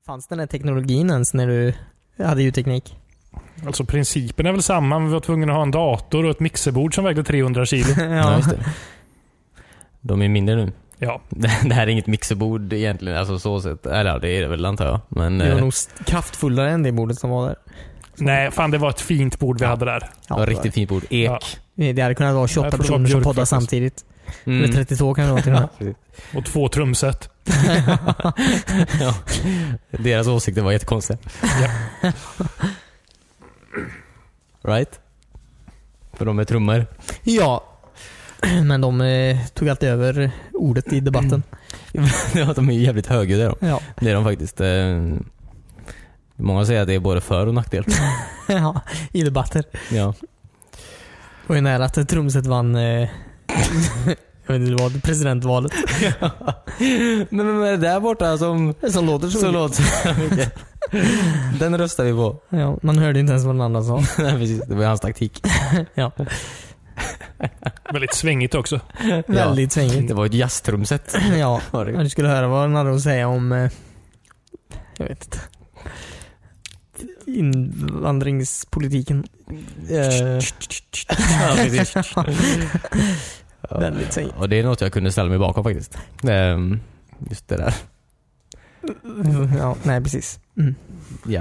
Fanns den här teknologin ens när du hade ljudteknik? Alltså principen är väl samma. Vi var tvungna att ha en dator och ett mixerbord som vägde 300 kilo. Ja, just det. De är mindre nu. Ja. Det här är inget mixerbord egentligen, alltså så sett. Eller det är det väl, antar jag. Men, det var nog kraftfullare än det bordet som var där. Nej, fan, det var ett fint bord vi hade där. Det var ett riktigt fint bord. Ek. Ja. Det hade kunnat vara 28 personer som poddar samtidigt. Eller 32 kan det vara till och med. Och 2 trumset. Ja. Deras åsikter var jättekonstiga. Ja. Right? För de är trummor. Ja, men de tog alltid över ordet i debatten. Ja, de är ju jävligt högljudda. Ja. Det är de faktiskt. Många säger att det är både för- och nackdel. Ja, i debatter. Ja. Och ju nära att trumset vann jag vet inte vad, presidentvalet. Men det där borta som låter så mycket. Den röstar vi på. Ja, man hörde inte ens vad den andra sa. Nej, precis. Det var hans taktik. Ja. Väldigt svängigt också. Väldigt svängigt. Det var ett jazztrumset. Ja, du skulle höra vad den hade att säga om jag vet inte, invandringspolitiken. Ja, precis. Väldigt svängigt. Och det är något jag kunde ställa mig bakom faktiskt. Just det där. Ja, nej precis. Ja.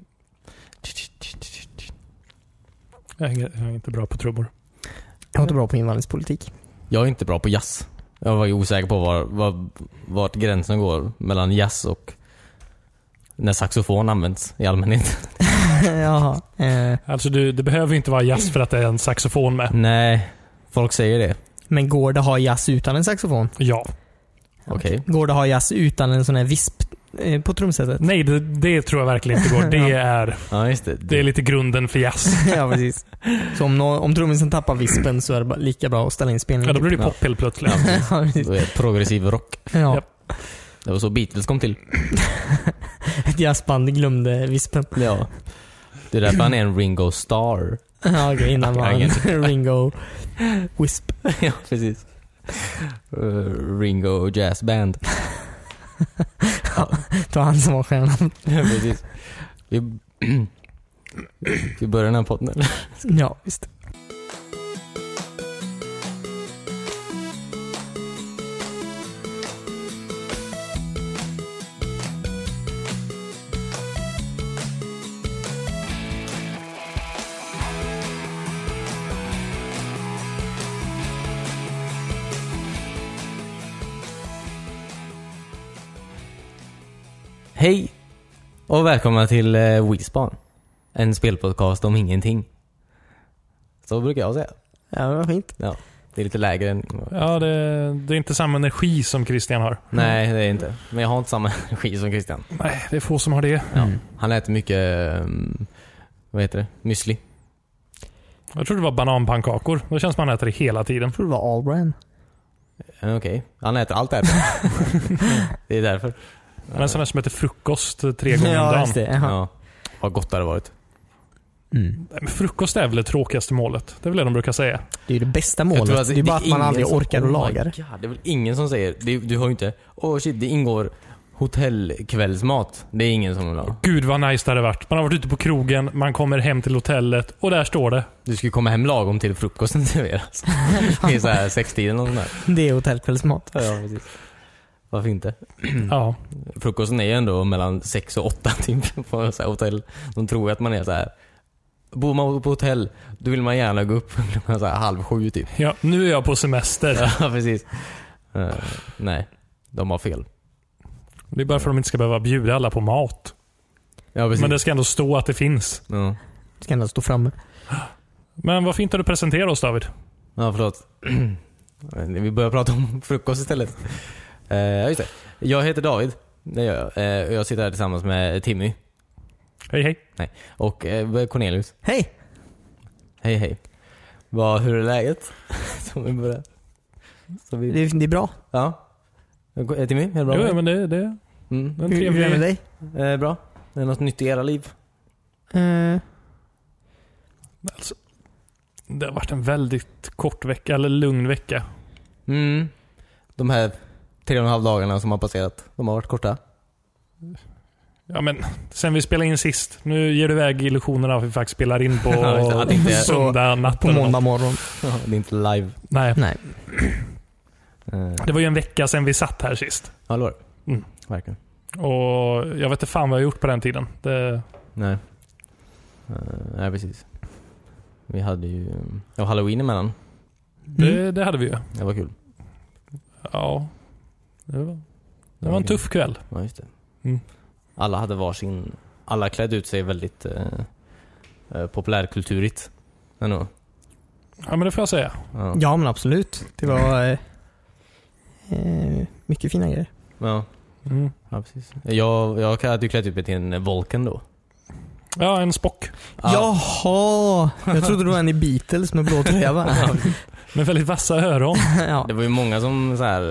Jag är inte bra på trummor. Jag är inte bra på invandringspolitik. Jag är inte bra på jazz. Jag var ju osäker på vart gränsen går mellan jazz och när saxofon används i allmänhet. Jaha. Alltså det behöver inte vara jazz för att det är en saxofon med. Nej, folk säger det. Men går det att ha jazz utan en saxofon? Ja. Okej. Går det att ha jazz utan en sån här visp på trumsetet? Nej, det tror jag verkligen inte går. Ja, just det. Det är lite grunden för jazz. Ja, precis. Så om trummisen tappar vispen så är det bara lika bra att ställa in spelningen. Ja, då blir det pop helt plötsligt. Ja, precis. Då är det progressiv rock. Ja. Japp. Det var så Beatles kom till. Ett jazzband glömde vispen. Ja. Det är därför han är en Ringo Starr. Ja, okej, innan man Ringo Wisp. Ja, precis. Ringo Jazz Band. Ja, det var han som var stjärnan. Ja, precis. Vi börjar den här podden, eller? Ja, visst. Hej och välkomna till Wispan. En spelpodcast om ingenting. Så brukar jag säga. Ja, det var fint. Ja, det är lite lägre än... Ja, det är inte samma energi som Christian har. Nej, det är inte. Men jag har inte samma energi som Christian. Nej, det är få som har det. Ja. Han äter mycket... vad heter det? Müsli. Jag tror det var bananpannkakor. Det känns som man äter det hela tiden. Jag tror det var Allbrand. Okej. Han äter allt där. Det är därför. Han är en sån här som äter frukost 3 gånger om Ja, dagen. just det. Ja. Vad gott det hade varit. Men frukost är väl det tråkigaste målet. Det är väl det de brukar säga. Det är det bästa målet. Det är bara att man aldrig orkar att laga det. Det är väl ingen som säger... Du har ju inte... shit, det ingår hotellkvällsmat. Det är ingen som vill ha. Gud vad nice det hade varit. Man har varit ute på krogen, man kommer hem till hotellet och där står det. Du skulle komma hem lagom till frukosten serveras. Det är så här 6-tiden och sånt där. Det är hotellkvällsmat. Ja, precis. Varför inte? Ja. Frukosten är ju ändå mellan 6 och 8 timmar på så här hotell. De tror att man är så här... Bor man på hotell, då vill man gärna gå upp så här 6:30 typ. Ja, nu är jag på semester. Ja, precis. Nej, de har fel. Det är bara för att de inte ska behöva bjuda alla på mat. Ja, precis. Men det ska ändå stå att det finns. Ja. Det ska ändå stå framme. Men vad fint att du presenterar oss, David. Ja, förlåt. Vi börjar prata om frukost istället. Just det. Jag heter David. Det gör jag. Jag sitter här tillsammans med Timmy. Hej, hej. Nej. Och Cornelius. Hej! Hej. Hur är läget? Som vi börjar. Det är bra. Ja. Timmy, är det bra? Jo, men det är en Hur är det med dig? Bra. Är det något nytt i era liv? Alltså, det har varit en väldigt kort vecka, eller lugn vecka. De här 3,5 dagarna som har passerat, de har varit korta. Ja, men sen vi spelade in sist. Nu ger du iväg illusionerna att vi faktiskt spelar in på söndag natt. På måndag morgon. Det är inte live. Nej. Det var ju en vecka sedan vi satt här sist. Hallå. Verkligen. Och jag vet inte fan vad jag gjort på den tiden. Nej. Nej, precis. Vi hade ju Halloween emellan. Det hade vi ju. Det var kul. Ja. Det var en tuff kväll. Ja, just det. Alla hade varsin... Alla klädde ut sig väldigt populärkulturigt. Ändå. Ja, men det får jag säga. Ja, men absolut. Det var mycket fina grejer. Ja. Ja, precis. Jag hade ju klätt ut mig till en Vulcan då. Ja, en Spock. Jaha! Jag trodde det var en i Beatles med blå tröja va? Med väldigt vassa öron. Ja. Det var ju många som så här,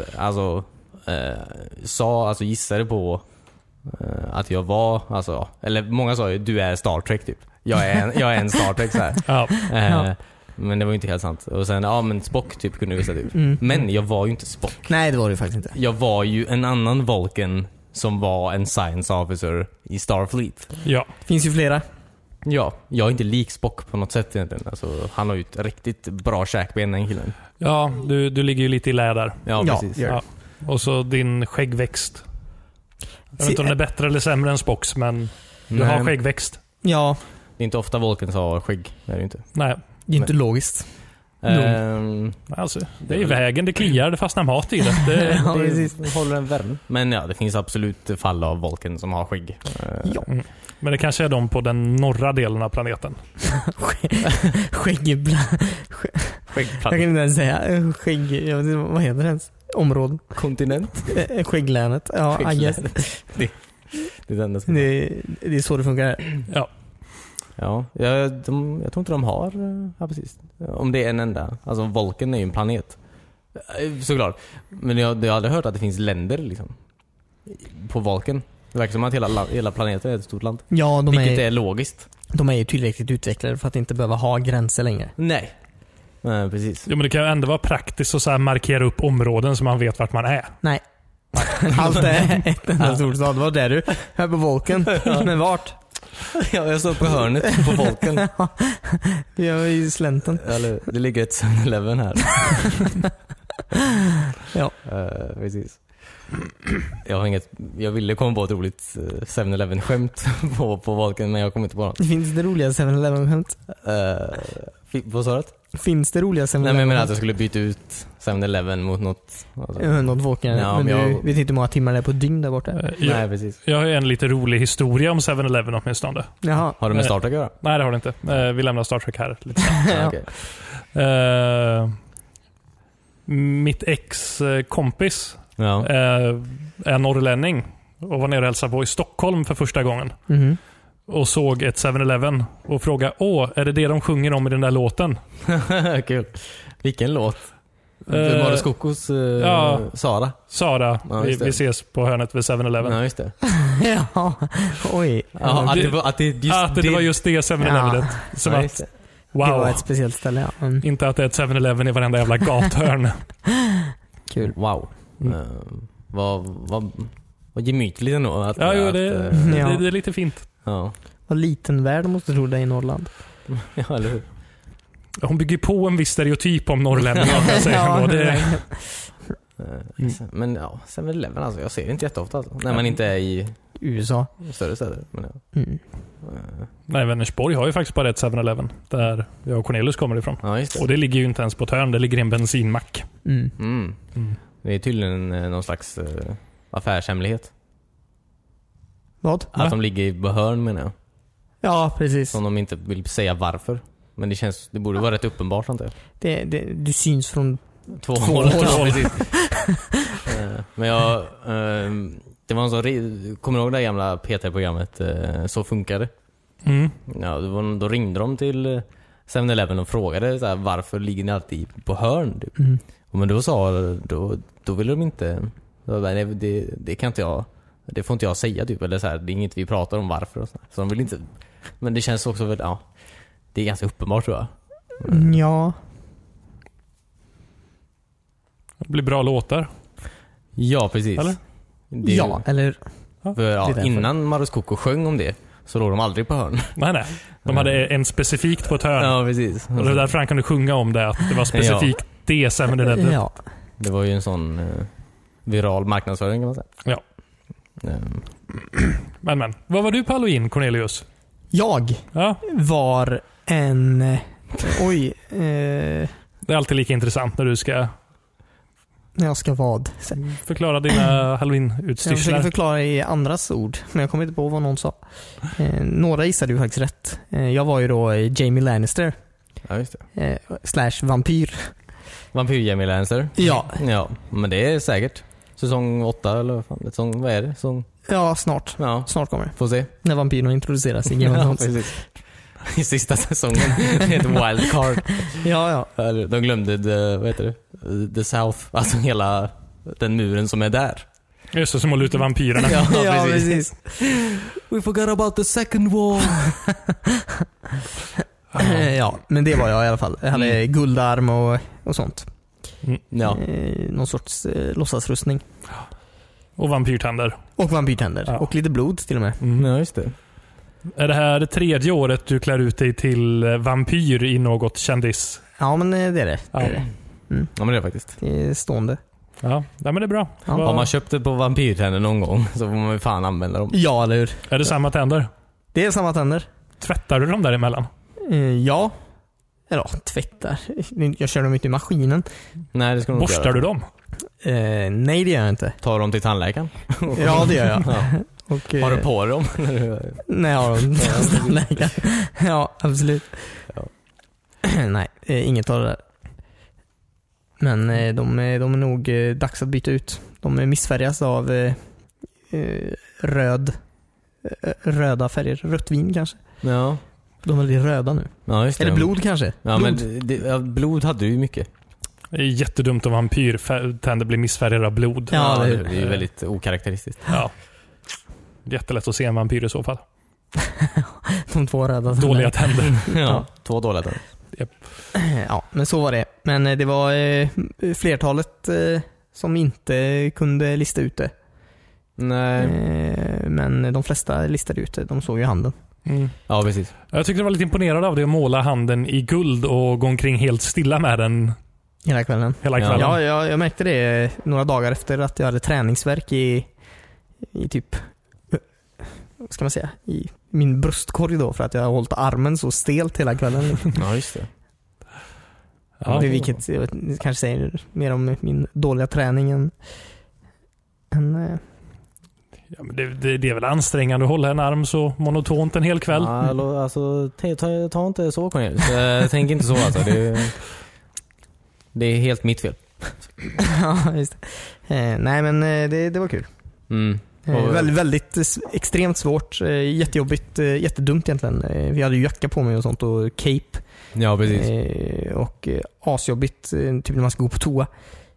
gissade på att jag var, eller många sa ju du är Star Trek typ. Jag är en Star Trek så här. Ja. Men det var ju inte helt sant. Och sen, men Spock typ kunde visa typ. Men jag var ju inte Spock. Nej, det var det faktiskt inte. Jag var ju en annan Vulcan som var en science officer i Starfleet. Ja. Det finns ju flera. Ja, jag är inte lik Spock på något sätt egentligen. Alltså, han har ju ett riktigt bra käkben, den killen. Ja, du ligger ju lite i lä där. Ja, precis. Ja. Och så din skäggväxt. Jag vet inte om den är bättre eller sämre än Spocks, men du har skäggväxt. Ja. Det är inte ofta Vulcans har skägg. Det är det inte. Nej. Det är inte logiskt. Alltså, det är i vägen, det kliar, det fastnar mat i det. Det håller en värme. Men ja, det finns absolut fall av Vulcan som har skägg. Ja. Men det kanske är de på den norra delen av planeten. Skäggplanet. Jag kan inte ens säga skägg. Jag vet inte, vad heter det ens? Område. Kontinent. Skägglänet. Ja, det är enda som det är så det funkar. Ja. Ja, jag tror inte de har. Ja, precis. Om det är en enda. Alltså Vulcan är ju en planet. Såklart. Men jag har aldrig hört att det finns länder liksom på Vulcan. Det verkar som att hela planeten är ett stort land. Ja, vilket är logiskt. De är ju tillräckligt utvecklade för att inte behöva ha gränser längre. Nej, precis. Jo, men det kan ju ändå vara praktiskt att så här markera upp områden så man vet vart man är. Nej. Allt är ett enda stort stad. Vad är du? Här på Vulcan. Men vart? Ja, jag står på hörnet på Vulcan. Vi är i slänten. Eller, det ligger ett 7-Eleven här. Ja. Precis. Jag ville komma på ett roligt 7-Eleven-skämt på Vulcan, men jag kom inte på något. Finns det roliga 7-Eleven-skämt? Vad sa du? Finns det roliga 7-Eleven? Nej, men jag menar att jag skulle byta ut 7-Eleven mot något. Något Vulcan. Ja, men du vet inte hur många timmar det är på dygn där borta. Nej, precis. Jag har en lite rolig historia om 7-Eleven åtminstone. Jaha. Har du med Star Trek att göra? Nej, det har det inte. Vi lämnar Star Trek här lite. Ja. Okay. Mitt ex-kompis Ja. är norrlänning och var nere och hälsade på i Stockholm för första gången. Och såg ett 7-Eleven och frågade, är det de sjunger om i den där låten? Kul. Vilken låt? Var det Skokos Sara? Sara, ja, vi ses på hörnet vid 7-Eleven. Ja, just det. Ja, oj. Ja, det var just det 7-Eleven. Som ja, att, wow. Det var ett speciellt ställe, ja. Inte att det är ett 7-Eleven i varenda jävla gathörn. Kul. Wow. Vad gemytligt ändå. Det är lite fint. Ja. Vad liten värld måste tro det i Norrland. Ja, eller hur? Hon bygger på en viss stereotyp om norrlänningar. Ja, men ja, 7-Eleven alltså, jag ser det inte jätteofta alltså, när man inte är i USA. Större städer. Men ja. Nej, Vänersborg har ju faktiskt bara ett 7-Eleven där jag och Cornelius kommer ifrån. Ja, just det. Och det ligger ju inte ens på ett hörn, det ligger i en bensinmack. Det är tydligen någon slags affärshemlighet. Vad? Att de ligger på hörn, menar jag. Ja, precis. Som de inte vill säga varför. Men det borde vara rätt uppenbart, inte? Du syns från två håll. Precis. Men det var en sån kommer du ihåg det gamla P3-programmet Så funkar det? Ja, då ringde de till 7-Eleven och frågade så här, varför ligger ni alltid på hörn? Typ. Och men då ville de inte. Det kan inte jag. Det får inte jag säga typ, eller så här, det är inget vi pratar om varför och så de vill inte. Men det känns också väl, det är ganska uppenbart, tror jag. Ja. Det blir bra låtar. Ja, precis. Eller? Eller? För innan Maros Coco sjöng om det så låg de aldrig på hörn. Nej. De hade en specifikt på ett hörn. Ja, precis. Och det var därför han kunde sjunga om det, att det var specifikt det 7-Eleven. Ja. Det var ju en sån viral marknadsföring kan man säga. Ja. Men. Vad var du på Halloween, Cornelius? Jag var en... Det är alltid lika intressant när du ska... När jag ska vad? Förklara dina Halloween-utstyrslar. Jag försöker förklara i andras ord, men jag kommer inte på vad någon sa. Några gissade ju faktiskt rätt. Jag var ju då Jamie Lannister. Ja, just det. / vampyr. Vampyr Jamie Lannister? Ja. Ja, men det är säkert. Säsong 8 eller vad är det? Ja, snart. Ja. Snart kommer det. Får se. När vampyrerna introduceras i Game of Thrones. I sista säsongen. Det heter Wildcard. Ja. De glömde The South. Alltså hela den muren som är där. Just det, som att luta vampyrerna. Ja, precis. We forgot about the second wall. Ja, men det var jag i alla fall. Jag hade guldarm och sånt. Ja. Någon sorts låtsasrustning. Och vampyrtänder. Ja. Och lite blod till och med. Ja, just det. Är det här det 3:e året du klär ut dig till vampyr i något kändis? Ja, men det är det. Ja. Ja, men det är det faktiskt. Det är stående. Ja, men det är bra. Ja. Har man köpt det på vampyrtänder någon gång så får man ju fan använda dem. Ja, eller hur? Är det samma tänder? Det är samma tänder. Tvättar du dem däremellan? Ja. Eller tvättar. Jag kör dem ut i maskinen. Nej, det ska man inte Borstar du dem? Nej, det gör jag inte. Tar dem till tandläkaren? Ja, det gör jag. Ja. Och, har du på dem? Nej, jag har dem. Ja, absolut. Ja. Nej, inget av det där. Men de är nog dags att byta ut. De missfärgas av röda färger. Rött vin kanske. Ja. De är väldigt röda nu. Ja, just det. Eller blod kanske. Ja, blod. Men blod hade du ju mycket. Det är jättedumt om vampyrtänder blir missfärgade av blod. Ja, det är ju väldigt okaraktäristiskt. Ja. Jättelätt att se en vampyr i så fall. De 2 röda. Dåliga tänder. Ja, 2 dåliga tänder. Yep. Ja, men så var det. Men det var flertalet som inte kunde lista ut det. Nej. Men de flesta listade ut det. De såg ju handen. Ja, precis. Jag tyckte det var lite imponerad av det att måla handen i guld och gå omkring helt stilla med den hela kvällen. Ja, jag märkte det några dagar efter att jag hade träningsvärk i typ, vad ska man säga, i min bröstkorg då, för att jag har hållit armen så stelt hela kvällen. Ja, just det. Ja. Det, vilket jag kanske säger mer om min dåliga träning än ja, men det är väl ansträngande att hålla en arm så monotont en hel kväll. Ja, alltså, ta inte så, Cornelius. Tänk inte så alltså. Det är helt mitt fel. Ja, just det. Nej, men det var kul. Väldigt extremt svårt, jättejobbigt, jättedumt egentligen. Vi hade ju jacka på mig och sånt och cape. Ja, precis. Och asjobbigt, typ när man ska gå på toa.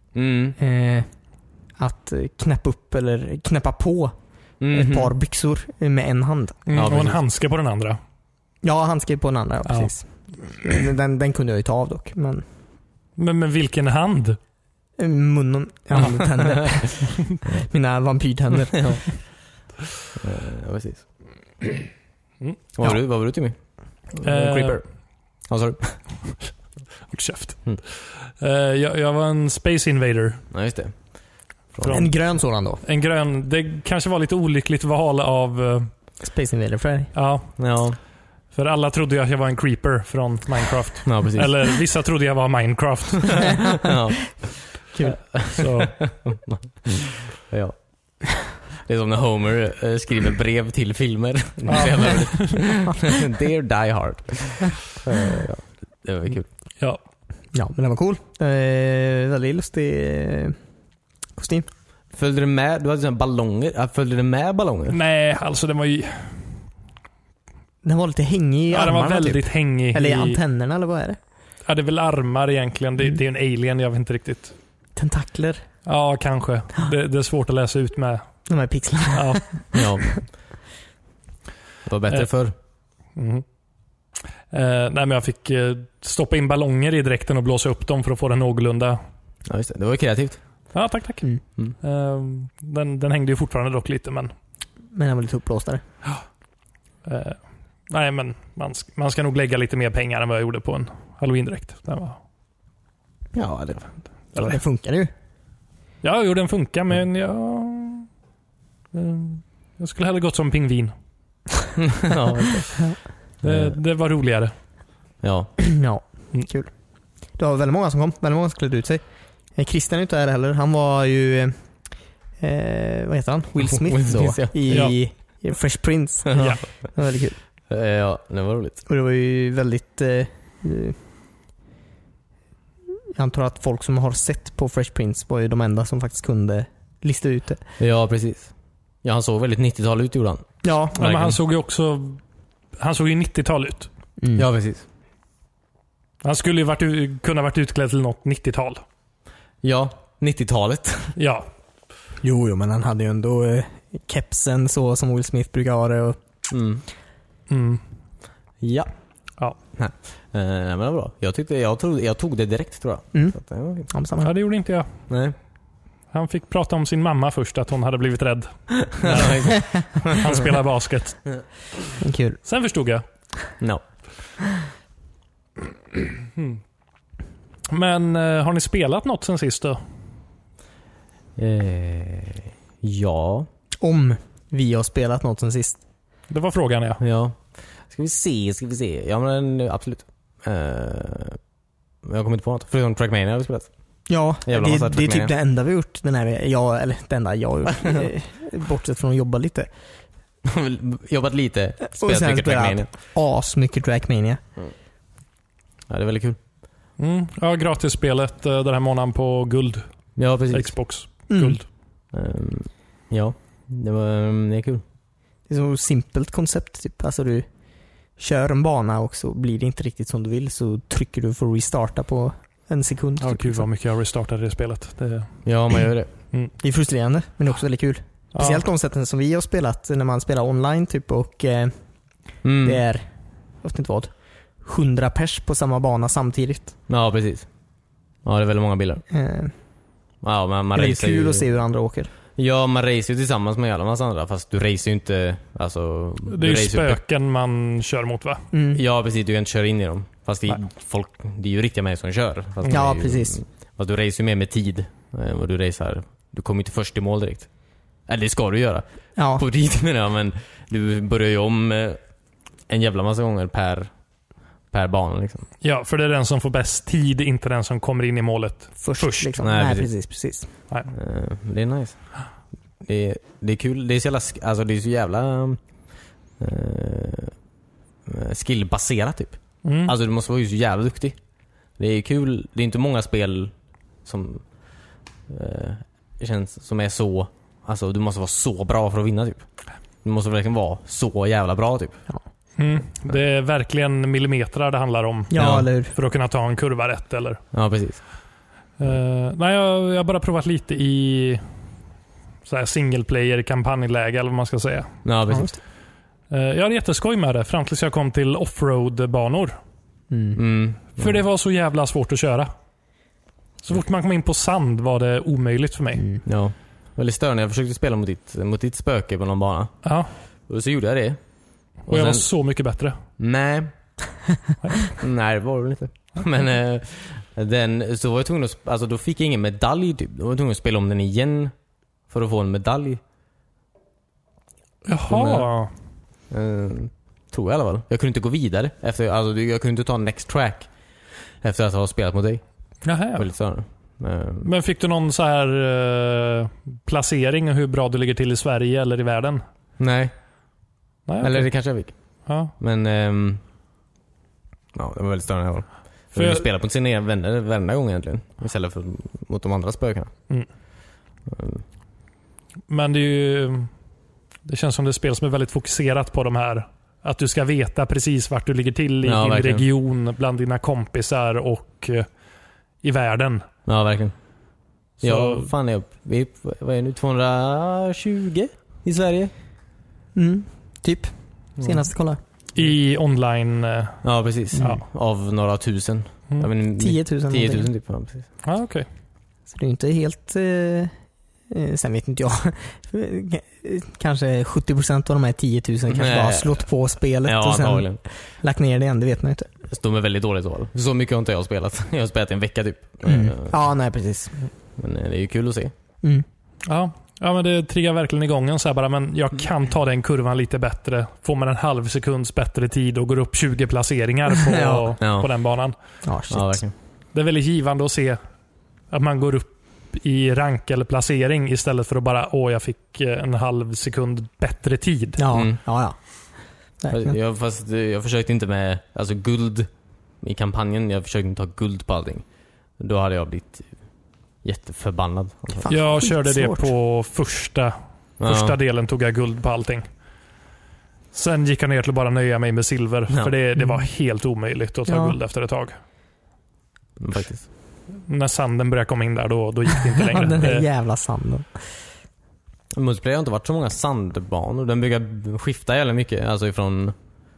Att knäppa upp eller knäppa på ett par byxor med en hand. Och en handske på den andra. Ja, handske på den andra, ja, precis. Den kunde jag ju ta av dock. Men vilken hand? Munnen, tänder. Mina vampyrtänder. Ja, precis. Vad var du till mig? Creeper. Vad sa du? Och käft. Jag var en Space Invader. Ja, just det. En grön sådan då? En grön. Det kanske var lite olyckligt val av Space Invader Freddy. Ja. Ja. För alla trodde ju att jag var en creeper från Minecraft. Ja, precis. Eller vissa trodde jag var Minecraft. Ja. Kul. Så. Ja. Det är som när Homer skriver brev till filmer. Ja. Dear Die Hard. Ja, det var kul. Ja. Ja, men det var cool. Väldigt lustig kostym. Följde det med? Du hade såna ballonger. Följde det med ballonger? Nej, alltså det var ju... Den var lite hängig i armarna. Den var väldigt typ. hängig. Eller i antennerna, eller vad är det? Ja, det är väl armar egentligen. Det är en alien, jag vet inte riktigt. Tentakler. Ja, kanske. Det är svårt att läsa ut med. De här pixlarna. Ja. Ja. Det var bättre förr. Nej, men jag fick stoppa in ballonger i dräkten och blåsa upp dem för att få den någorlunda. Ja, just det. Det var kreativt. Ja, tack. Den hängde ju fortfarande dock lite, men Men den var lite uppblåstare. Nej, men man ska nog lägga lite mer pengar än vad jag gjorde på en Halloween-dräkt. Ja, det funkar ju. Ja, den funkar, men jag skulle hellre gått som pingvin. Det var roligare. Ja, kul. Det var väldigt många som kom. Väldigt många som klädde ut sig. Christian är inte här heller. Han var ju vad heter han? Will Smith i Fresh Prince. Ja. Det var väldigt kul. Ja, det var roligt. Och det var ju väldigt jag antar att folk som har sett på Fresh Prince var ju de enda som faktiskt kunde lista ut det. Ja, precis. Ja, han såg väldigt 90-tal ut, gjorde han. Ja, men han såg ju också 90-tal ut. Mm. Ja, precis. Han skulle ju kunna varit utklädd till något 90-tal. Ja, 90-talet. Ja. Jo, men han hade ju ändå kepsen så som Will Smith brukar ha det. Och... Ja. Men det var bra. Jag tog det direkt, tror jag. Så det gjorde inte jag. Nej. Han fick prata om sin mamma först, att hon hade blivit rädd när han spelar basket. Kul. Sen förstod jag. No. Men har ni spelat något sen sist då? Ja. Om vi har spelat något sen sist. Det var frågan, ja. Ja. Ska vi se. Ja, men absolut. Jag kommer inte på något. Förutom Trackmania har vi spelat. Ja, det är typ det enda vi har gjort. Det enda jag har gjort. Bortsett från att jobba lite. Jobbat lite. Spelat mycket Trackmania. Mycket Trackmania. Ja, det är väldigt kul. Ja, gratisspelet den här månaden på guld. Ja, precis. Xbox guld. Ja, det är kul. Det är så simpelt koncept typ. Alltså du kör en bana och så blir det inte riktigt som du vill, så trycker du för att restarta på en sekund. Ja, gud vad mycket jag restartade det spelet. Ja, man gör det. Det är frustrerande, men det är också väldigt kul. Speciellt de sätten som vi har spelat när man spelar online typ, och det är, jag vet inte vad, 100 pers på samma bana samtidigt. Ja, precis. Ja, det är väldigt många bilar. Ja, man det är väldigt kul att se hur andra åker. Ja, man racer ju tillsammans med alla massa andra, fast du racer ju inte, alltså... Det är ju spöken man kör mot, va? Ja, precis. Du kan inte köra in i dem. Fast det är ju riktiga människor som kör. Fast ja, precis. Fast du racer ju mer med tid. Och du racer... Du kommer inte först i mål direkt. Eller det ska du göra. Ja. På tid menar jag, men du börjar ju om en jävla massa gånger per bana liksom. Ja, för det är den som får bäst tid, inte den som kommer in i målet först. Liksom. Nej, precis. Nej. Det är nice. Det är kul. Det är så jävla skillbaserat typ. Alltså du måste vara ju så jävla duktig. Det är kul. Det är inte många spel som känns som är så, alltså du måste vara så bra för att vinna typ. Du måste verkligen vara så jävla bra typ. Ja. Det är verkligen millimeter det handlar om. Ja, eller för att kunna ta en kurva rätt eller. Ja, precis. Nej, jag har bara provat lite i så här single player kampanjläge eller vad man ska säga. Ja, precis. Jag hade jätteskoj med det fram tills jag kom till offroad-banor. För det var så jävla svårt att köra. Så fort man kom in på sand var det omöjligt för mig. Ja. Väldigt störande. Jag försökte spela mot ditt spöke på någon bana. Ja. Och så gjorde jag det. Och jag var så mycket bättre. Nej. Nej, det var det inte. Men så var jag tvungen att... Alltså då fick jag ingen medalj typ. Då var jag tvungen att spela om den igen för att få en medalj. Jaha. Tror jag i alla fall. Jag kunde inte gå vidare. Jag kunde inte ta next track efter att ha spelat mot dig. Jaha. Men fick du någon så här placering hur bra du ligger till i Sverige eller i världen? Nej. Okay. Eller det kanske jag fick. Ja. Men ja, det var väldigt störande här. För jag spelar på sina egna vänner varenda gång egentligen. Istället för mot de andra spökarna. Men det känns som det spel som är väldigt fokuserat på de här. Att du ska veta precis vart du ligger till i din verkligen. Region, bland dina kompisar och i världen. Ja, verkligen. Så... Ja, fan vad är nu 220 i Sverige? Typ. Senast kolla. I online... Ja, precis. Ja. Av några tusen. 10 000. 10 000 typ. Ja, precis. Ja, okej. Så det är inte helt Sen vet inte jag. Kanske 70% av de här 10 000 kanske bara slått på spelet och sen lagt ner det igen, det vet man inte. De är väldigt dåligt val. Så mycket har inte jag spelat. Jag har spelat en vecka typ. Ja, nej precis. Men det är ju kul att se. Ja, men det triggar verkligen igång en så här bara, men jag kan ta den kurvan lite bättre. Får man en halv sekunds bättre tid och går upp 20 placeringar på den banan. Ja, shit. Det är väldigt givande att se att man går upp i rank eller placering istället för att bara jag fick en halv sekund bättre tid. Ja. Jag försökte inte med guld i kampanjen. Jag försökte inte ha guld på allting. Då hade jag blivit jätteförbannad. Jag körde det på första delen, tog jag guld på allting. Sen gick jag ner till att bara nöja mig med silver. För det var helt omöjligt att ta guld efter ett tag. Faktiskt. När sanden började komma in där, då gick det inte längre. Den där jävla sanden. Multiplayer har inte varit så många sandbanor. Den brukar skifta jävla mycket. Alltså ifrån...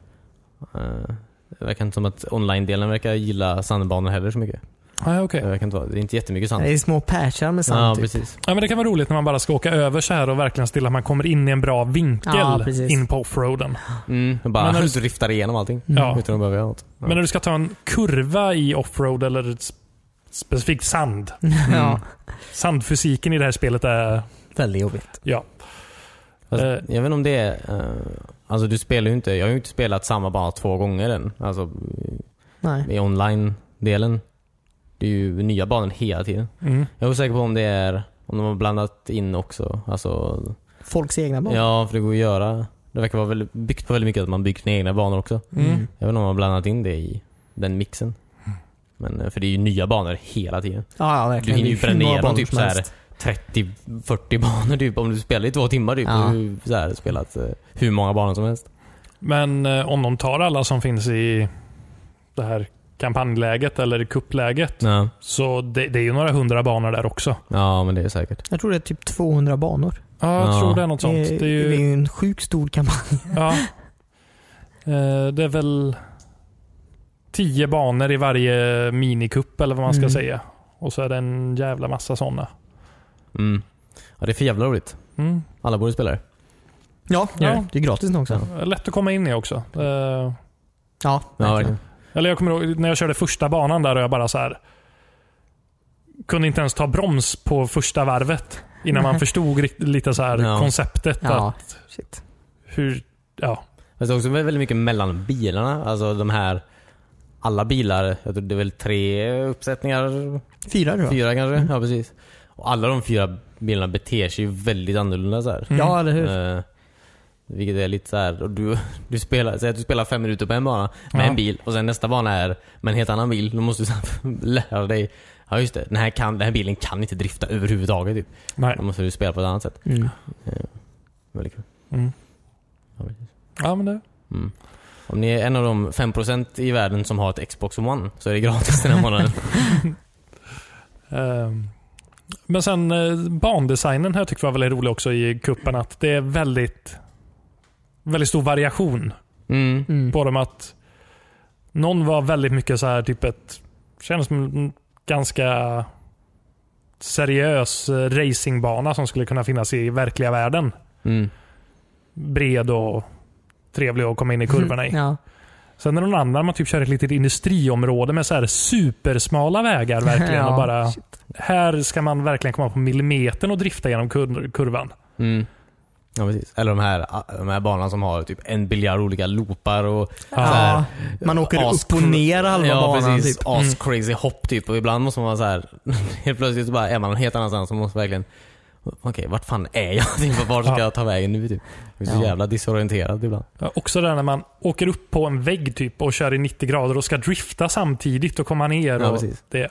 det verkar inte som att online-delen verkar gilla sandbanor heller så mycket. Okay. Det är inte jättemycket sand. Det är små patchar med sand. Precis. Ja, men det kan vara roligt när man bara ska åka över så här och verkligen stilla att man kommer in i en bra vinkel in på offroaden. Bara när du driftar igenom allting. Utan att behöva göra något. Men när du ska ta en kurva i offroad eller specifikt sand. Sandfysiken i det här spelet är väldigt jobbigt. Ja. Fast, jag vet inte om det är... du spelar ju inte... Jag har ju inte spelat samma bana 2 gånger än. Nej. I online-delen. Det är ju nya banor hela tiden. Jag är osäker på om de har blandat in också. Folks egna banor. Ja, för det går att göra. Det verkar vara byggt på väldigt mycket att man byggt sina egna banor också. Jag vet inte om man har blandat in det i den mixen. Men för det är ju nya banor hela tiden. Ja, verkligen. Du hinner ju bränna igenom typ så här 30-40 banor typ, om du spelar i 2 timmar typ. Du så här spelat hur många banor som helst. Men om de tar alla som finns i det här kampanjläget eller kuppläget, så det är ju några 100 banor där också. Ja, men det är säkert. Jag tror det är typ 200 banor. Ja, jag tror det är något sånt. Det är ju en sjukt stor kampanj. Ja. Det är väl 10 banor i varje minikupp eller vad man ska säga. Och så är det en jävla massa sådana. Ja, det är för jävla roligt. Alla borde spela det. Ja, det är gratis nu också. Lätt att komma in i också. Ja, verkligen. Eller jag kommer ihåg när jag körde första banan där och jag bara så här kunde inte ens ta broms på första varvet innan man förstod lite så här konceptet att hur det är också väldigt mycket mellan bilarna, alltså de här alla bilar, jag tror det är väl 3 uppsättningar, 4 då. 4 kanske, ja precis. Och alla de 4 bilarna beter sig ju väldigt annorlunda så här. Ja, eller hur? Vilket är lite så här, och du spelar, säg att du spelar 5 minuter på en bana med en bil och sen nästa bana är med en helt annan bil. Då måste du lära dig, ja just det, den här bilen kan inte drifta överhuvudtaget typ. Nej. Då måste du spela på ett annat sätt. Väldigt kul. Ja, men det. Om ni är en av de 5% i världen som har ett Xbox One så är det gratis den här månaden. Men sen bandesignen här tycker jag var väldigt rolig också i kuppen, att det är väldigt stor variation på dem, att någon var väldigt mycket så här typ känns som en ganska seriös racingbana som skulle kunna finnas i verkliga världen. Bred och trevlig att komma in i kurvorna i. Ja. Sen är det någon annan, man typ kör ett litet industriområde med så här supersmala vägar verkligen och bara här ska man verkligen komma på millimetern och drifta genom kurvan. Ja, precis. Eller de här banorna som har typ 1 biljard olika loopar och så här, man åker upp och ner halva banan precis, typ. Crazy hopp typ, och ibland måste man vara så här helt plötsligt så bara är man någon helt annanstans som måste verkligen vart fan är jag? Var ska jag ta vägen nu typ? Jag är så jävla disorienterad ibland. Ja, också där när man åker upp på en vägg typ och kör i 90 grader och ska drifta samtidigt och komma ner. Ja, och precis. Det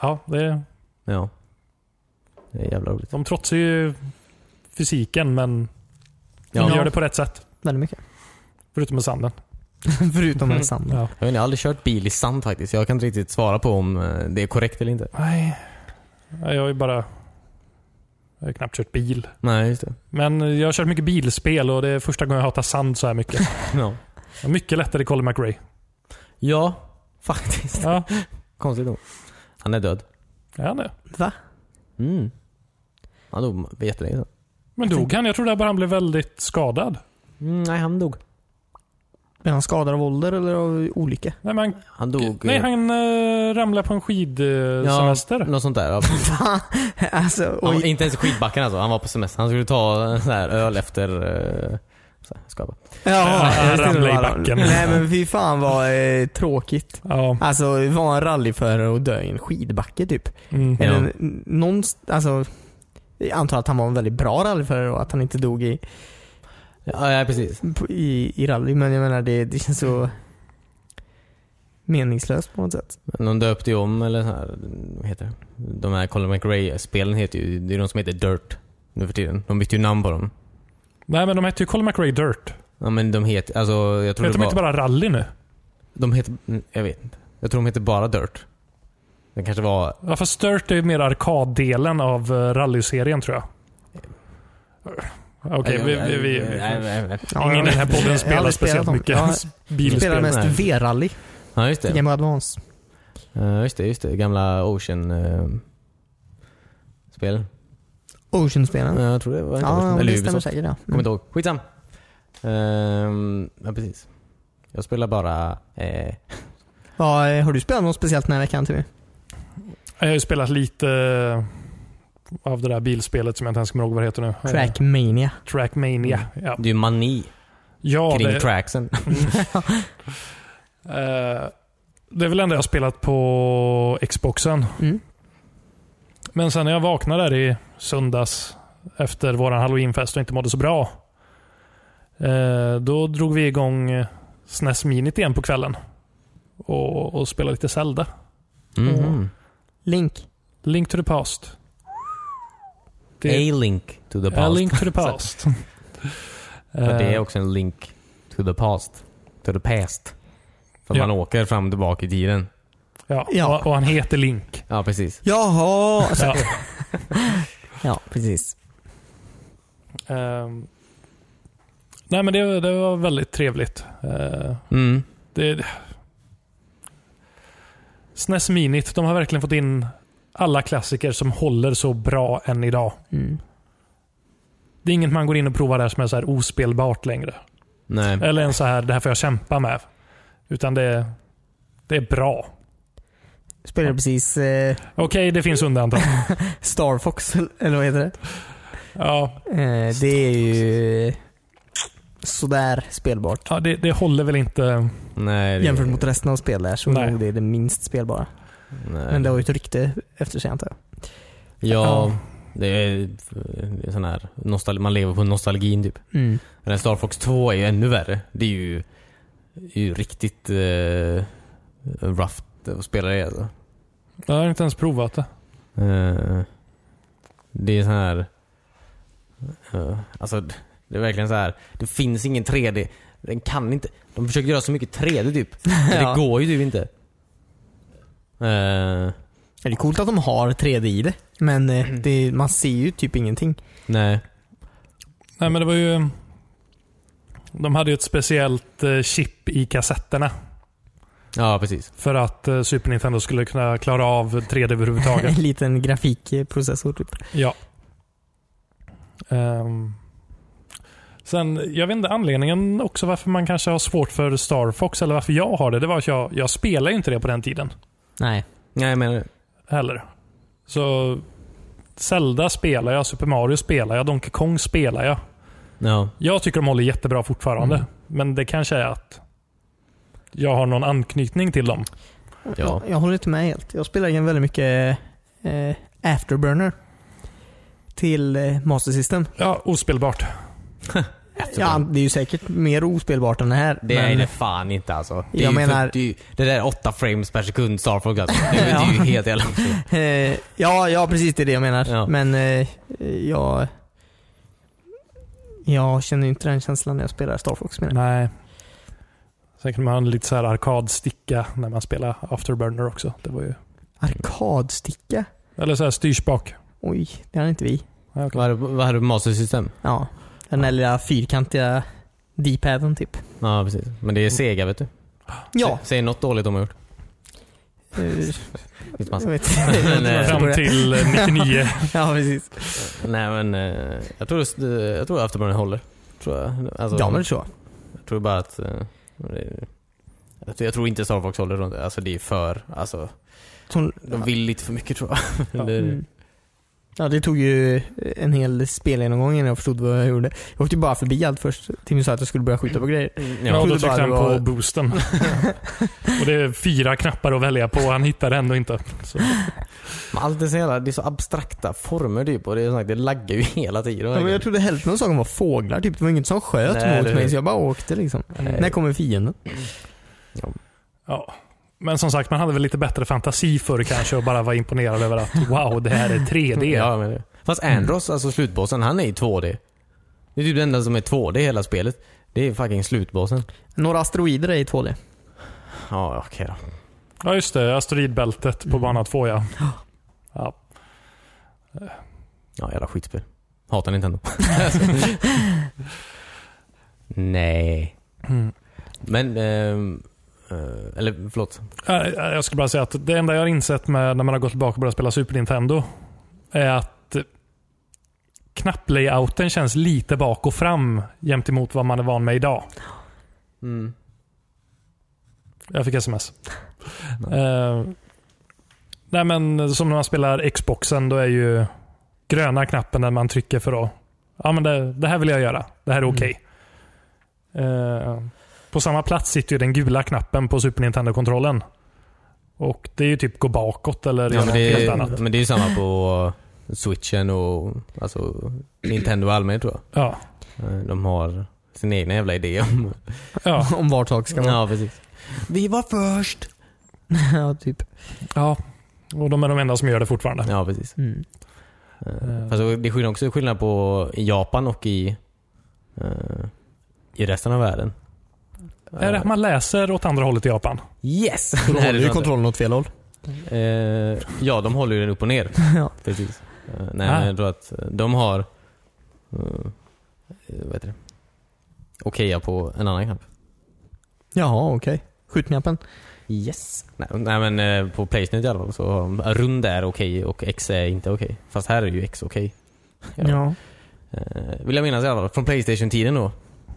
är jävla roligt. De trotsar ju fysiken, men de gör det på rätt sätt. Väldigt mycket. Förutom med sanden. Förutom med sanden. Ja. Jag har aldrig kört bil i sand faktiskt. Jag kan inte riktigt svara på om det är korrekt eller inte. Nej. Jag har knappt kört bil. Nej, just det. Men jag har kört mycket bilspel och det är första gången jag hatar sand så här mycket. Mycket lättare i Colin McRae. Ja, faktiskt. Ja. Konstigt nog. Han är död. Ja, han är. Va? Han dog jättelänge sedan. Men dog han? Jag trodde bara han blev väldigt skadad. Nej, han dog. Är han skadad av ålder eller av olycka? Nej, men han dog. Nej, han ramlade på en skidsemester. Ja, något sånt där. Alltså, han var inte ens i skidbacken alltså. Han var på semester. Han skulle ta en sån här öl efter skapa. Ja, han ramlade i backen. Nej, men fy fan vad tråkigt. Ja. Alltså, var en rallyförare och dö i en skidbacke typ. Eller alltså, jag antar att han var en väldigt bra rallyförare och att han inte dog i ja, precis. I rally, men jag menar det känns så meningslöst på något sätt. Men de döpte ju om eller så här, vad heter det? De här Colin McRae-spelen heter ju, det är de som heter Dirt nu för tiden. De bytte ju namn på dem. Nej, men de heter ju Colin McRae Dirt. Ja, men de heter, alltså jag tror heter de inte bara rally nu? De heter, jag vet inte. Jag tror de heter bara Dirt. Det kanske var... Ja, fast Dirt är ju mer arkaddelen av rallyserien tror jag. Okej, ingen i den här podden spelar speciellt mycket bilspel. Spelar mest V-rally. Ja, just det. Game Boy Advance. Just det. Gamla Ocean-spel. Ocean-spelen? Ja, jag tror det var inte Ocean. Eller det stämmer säkert, ja. Kommer inte ihåg. Skitsam. Ja, precis. Jag spelar bara... Har du spelat något speciellt den här veckan till mig? Jag har ju spelat lite av det där bilspelet som jag inte ens kommer ihåg vad det heter nu. Trackmania. Trackmania, ja. Det är ju mani kring tracksen. Det är väl ändå jag har spelat på Xboxen. Men sen när jag vaknade där i söndags efter våran Halloweenfest och inte mådde så bra, då drog vi igång SNES Minit igen på kvällen och spelade lite Zelda. Link to the Past. A Link to the Past. A Link to the Past. Det är också en link to the past. To the past. För man åker fram och tillbaka i tiden. Ja. Och han heter Link. Ja, precis. Jaha! Alltså. Ja, precis. Nej, men det var väldigt trevligt. SNES Minit, de har verkligen fått in alla klassiker som håller så bra än idag. Det är inget man går in och provar där som är så här ospelbart längre. Nej. Eller en så här, det här får jag kämpa med. Utan det är bra. Spelar precis... Okej, det finns undantag. Star Fox, eller vad heter det? Ja. Det är ju sådär spelbart. Ja, det håller väl inte... Nej, jämfört mot resten av spel där så är det minst spelbara. Nej. Men det har ju ett rykte efter sig, antar jag. Ja, det är sån här man lever på nostalgin typ. Men Star Fox 2 är ju ännu värre. Det är ju riktigt rough att spela det alltså. Jag har inte ens provat det. Det är sån här alltså det är verkligen så här. Det finns ingen 3D. Den kan inte. De försöker göra så mycket 3D typ. Men det går ju typ inte. Det är coolt att de har 3D i det. Men man ser ju typ ingenting. Nej, men det var ju... De hade ju ett speciellt chip i kassetterna. Ja, precis. För att Super Nintendo skulle kunna klara av 3D överhuvudtaget. En liten grafikprocessor typ. Ja. Sen, jag vet inte anledningen också varför man kanske har svårt för Star Fox, eller varför jag har det. Det var att jag spelar ju inte det på den tiden. Nej, men heller. Så Zelda spelar jag, Super Mario spelar jag, Donkey Kong spelar jag. Ja. Jag tycker de håller jättebra fortfarande. Men det kanske är att jag har någon anknytning till dem. Ja. Jag håller inte med helt. Jag spelar igen väldigt mycket Afterburner till Master System. Ja, ospelbart. Ja, det är ju säkert mer ospelbart än det här. Det är det fan inte alltså. Det, jag menar, det där 8 frames per sekund Star Fox alltså. Det är ju helt jävla ja, precis, det är det jag menar. Ja. Men jag känner inte den känslan när jag spelar Star Fox. Nej. Sen kan man ha en lite så här arkadsticka när man spelar Afterburner också. Det var ju... Arkadsticka? Eller så här styrspak. Oj, det hade inte vi. Ja, okay. Vad hade du på Master System? Ja, den där lilla fyrkantiga D-paden typ. Ja, precis. Men det är Sega, vet du. Ja. Säg något dåligt de har gjort. Fram till 99. Ja, precis. Nej, men jag tror Afterburner håller. Tror jag. Alltså, ja, men det tror jag. Jag tror bara att jag tror inte Star Fox håller runt. Alltså det är för, alltså de vill lite för mycket, tror jag. Ja, det tog ju en hel spelgenomgång innan jag förstod vad jag gjorde. Jag åkte bara förbi allt först. Timmy sa att jag skulle börja skjuta på grejer. Ja, då tryckte han på boosten. Och det är 4 knappar att välja på. Han hittar det ändå inte. Så. Allt är det är så abstrakta former typ. Och det laggar ju hela tiden. Ja, men jag trodde hälften av saken var fåglar. Typ. Det var inget som sköt mot mig, så jag bara åkte liksom. När kommer fienden? Ja. Men som sagt, man hade väl lite bättre fantasi för kanske och bara var imponerad över att wow, det här är 3D. Ja, men det. Fast Andros, alltså slutbossen, han är i 2D. Det är typ det enda som är 2D i hela spelet. Det är fucking slutbossen. Några asteroider är i 2D. Ja, okej då. Ja, just det. Asteroidbältet på bana 2, ja. Ja, jävla skitspel. Hatar Nintendo. Nej. Men eller förlåt. Jag ska bara säga att det enda jag har insett med när man har gått tillbaka och börjat spela Super Nintendo är att knapplayouten känns lite bak och fram jämt emot vad man är van med idag. Jag fick sms. Nej, men som när man spelar Xboxen, då är ju gröna knappen när man trycker för att ja, men det här vill jag göra. Det här är okej. På samma plats sitter ju den gula knappen på Super Nintendo-kontrollen. Och det är ju typ gå bakåt eller göra något helt annat. Men det är ju samma på Switchen och alltså Nintendo allmänt, tror jag. Ja. De har sin egna jävla idé om om vart sak ska vara. Ja, precis. Vi var först. Ja, typ. Ja, och de är de enda som gör det fortfarande. Ja, precis. Fast det är också skillnad på i Japan och i resten av världen. Är det att man läser åt andra hållet i Japan? Yes! Då håller ju kontrollen åt fel håll. Ja, de håller ju den upp och ner. Ja. Precis. Men jag tror att de har vad heter det? Okeja på en annan knapp. Jaha, okej. Skjutknappen. Yes. Nej, men på PlayStation i alla fall så har de rund är okej och X är inte okej. Fast här är ju X okej. Ja. Vill jag minnas i alla fall. Från PlayStation-tiden då.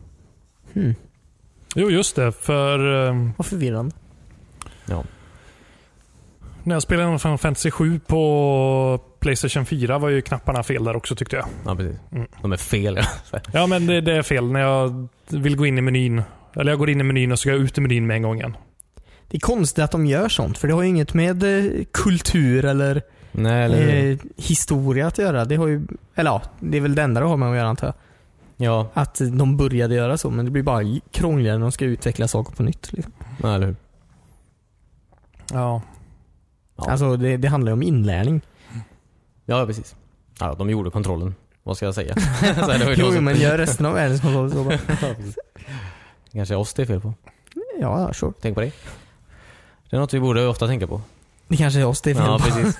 Jo, just det. För vad förvirrande. Ja. När jag spelade Final Fantasy 7 på PlayStation 4 var ju knapparna fel där också, tyckte jag. Ja, precis. De är fel. Ja, men det är fel när jag vill gå in i menyn. Eller jag går in i menyn och så går jag ut i menyn med en gång igen. Det är konstigt att de gör sånt, för det har ju inget med kultur eller historia att göra. Det har ju, eller ja, det är väl det enda det har med att göra, antar jag. Ja. Att de började göra så, men det blir bara krångligare när de ska utveckla saker på nytt. Liksom. Ja, eller hur? Ja. Alltså det handlar ju om inlärning. Ja, precis. Ja, de gjorde kontrollen. Vad ska jag säga? Jo, men gör resten av världens kontroll så bara. Kanske oss det är fel på. Ja, sure. Tänk på det. Det är något vi borde ofta tänka på. Det kanske är oss det är fel på. Ja, precis.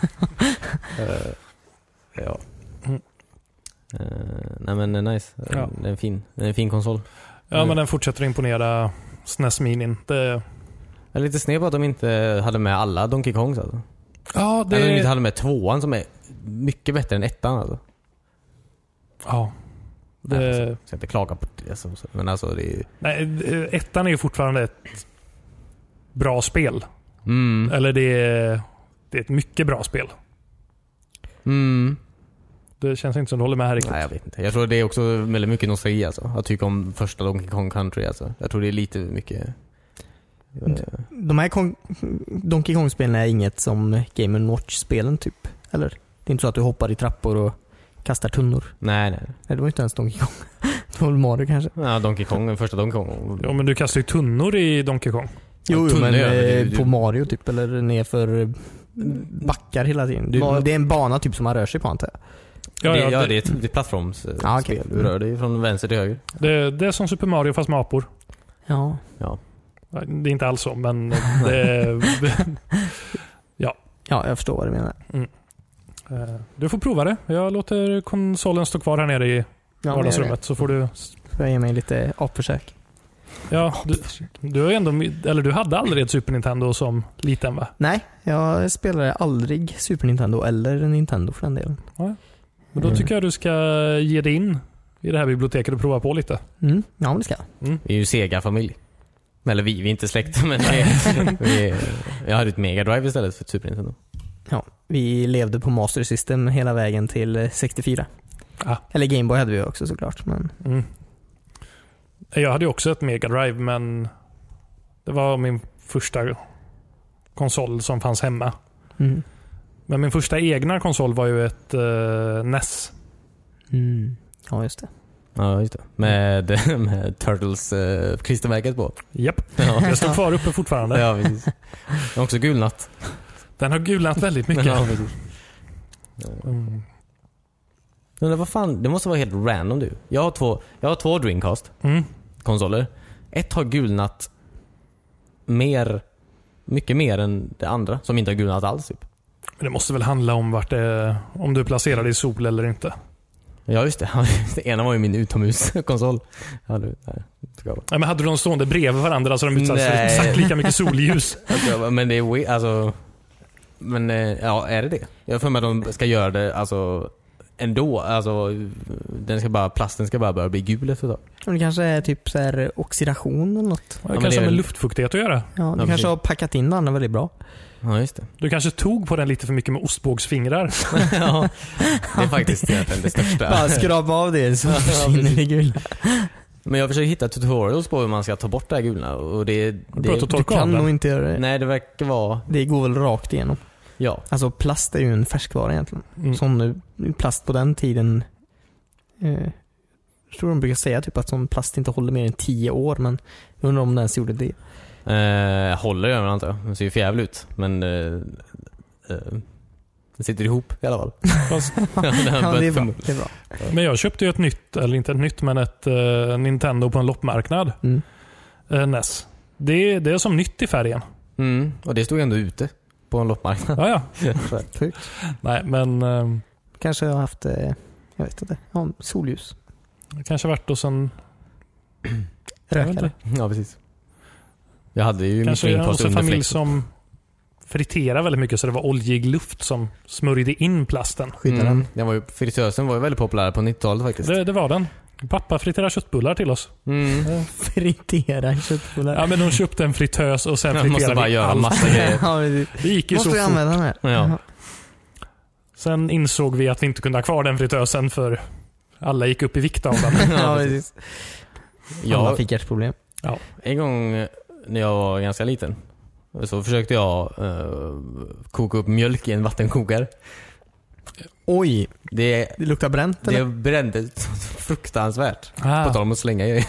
Ja. Nej, men nice. Ja. Det är en fin konsol. Ja, men den fortsätter imponera SNES Minin. Jag är lite sned på att de inte hade med alla Donkey Kongs alltså. Ja, det... Eller de inte hade med 2:an som är mycket bättre än 1:an alltså. Ja. Det... Jag ska inte klaga på det alltså, men alltså det är... Nej, 1:an är ju fortfarande ett bra spel. Eller det är ett mycket bra spel. Det känns inte som du håller med här riktigt. Nej, jag vet inte. Jag tror det är också väldigt mycket nostalgi alltså. Jag tycker om första Donkey Kong Country alltså. Jag tror det är lite mycket... De här Donkey Kong-spelen är inget som Game & Watch-spelen typ. Eller? Det är inte så att du hoppar i trappor och kastar tunnor. Nej. Det var inte ens Donkey Kong. Det var Mario kanske. Ja, Donkey Kong, den första Donkey Kong. Ja, men du kastar ju tunnor i Donkey Kong. Jo, men på Mario typ. Eller nerför backar hela tiden. Det är en bana typ som man rör sig på, antar jag. Ja, det är ett plattformsspel. Okay. Du rör dig från vänster till höger. Det är som Super Mario fast med apor. Ja. Det är inte alls så, men det ja, jag förstår vad du menar. Du får prova det. Jag låter konsolen stå kvar här nere i vardagsrummet, så får du jag ge mig lite apförsök. Ja, du har ändå, eller du hade aldrig ett Super Nintendo som liten, va? Nej, jag spelade aldrig Super Nintendo eller Nintendo för den delen. Ja. Men då tycker jag du ska ge dig in i det här biblioteket och prova på lite. Ja, men det ska jag. Vi är ju Sega-familj. Eller vi är inte släkt, men jag hade ett Mega Drive istället för ett Super Nintendo. Ja, vi levde på Master System hela vägen till 64. Eller Game Boy hade vi också såklart. Men... Jag hade ju också ett Mega Drive, men det var min första konsol som fanns hemma. Men min första egna konsol var ju ett NES. Ja, just det. Ja, just det. Med Turtles klistermärket på. Japp. Ja. Jag står kvar uppe fortfarande. Ja, precis. Den har också gulnat. Den har gulnat väldigt mycket. Ja, precis. Men vad fan, det måste vara helt random du. Jag har två Dreamcast konsoler. Ett har gulnat mycket mer än det andra som inte har gulnat alls typ. Men det måste väl handla om om du placerar det i sol eller inte. Ja, just det. Det ena var ju min utomhuskonsol. Men hade du dem stående bredvid varandra så de utsatts för exakt lika mycket solljus? Men det är alltså. Men ja, är det? Jag får med att de ska göra det alltså ändå. Alltså plasten ska bara börja bli gul efter ett tag. Det kanske är typ så här oxidation eller något. Det kanske har med luftfuktighet att göra. Ja, du kanske har packat in den väldigt bra. Ja, just det. Du kanske tog på den lite för mycket med ostbågsfingrar. Ja, det är faktiskt det största. Bara skrapa av det så försvinner det gula. Men jag försöker hitta tutorials på hur man ska ta bort det här gulna. Och du kan nog inte göra det. Nej, det verkar vara... Det går väl rakt igenom. Ja. Alltså plast är ju en färskvara egentligen. Sån plast på den tiden... jag tror de brukar säga typ att sån plast inte håller mer än 10 år. Men jag undrar om den ens gjorde det. Håller jag antar jag. Den ser ju för ut. Men den sitter ihop i alla fall. Ja, det är bra. Men jag köpte ju ett nytt, eller inte ett nytt, men ett Nintendo på en loppmarknad. NES. Det är som nytt i färgen. Och det stod ändå ute på en loppmarknad. Ja. Nej, men... kanske har haft, jag vet inte, solljus. Det kanske varit hos en... rökare. Ja, precis. Jag hade ju kanske hos en familj som friterar väldigt mycket så det var oljig luft som smörjde in plasten. Fritösen var ju väldigt populär på 90-talet faktiskt. Det var den. Pappa friterar köttbullar till oss. Fritera köttbullar. Ja, men de köpte en fritös och sen friterade måste bara göra massa grejer. Det gick ju måste så vi använda den här. Ja. Sen insåg vi att vi inte kunde ha kvar den fritösen för alla gick upp i vikt av den. Ja, precis. Alla fick hjärtproblem. Ja. En gång när jag var ganska liten så försökte jag koka upp mjölk i en vattenkokare. Oj, det luktar bränt eller? Det brände fruktansvärt. På tal om att slänga i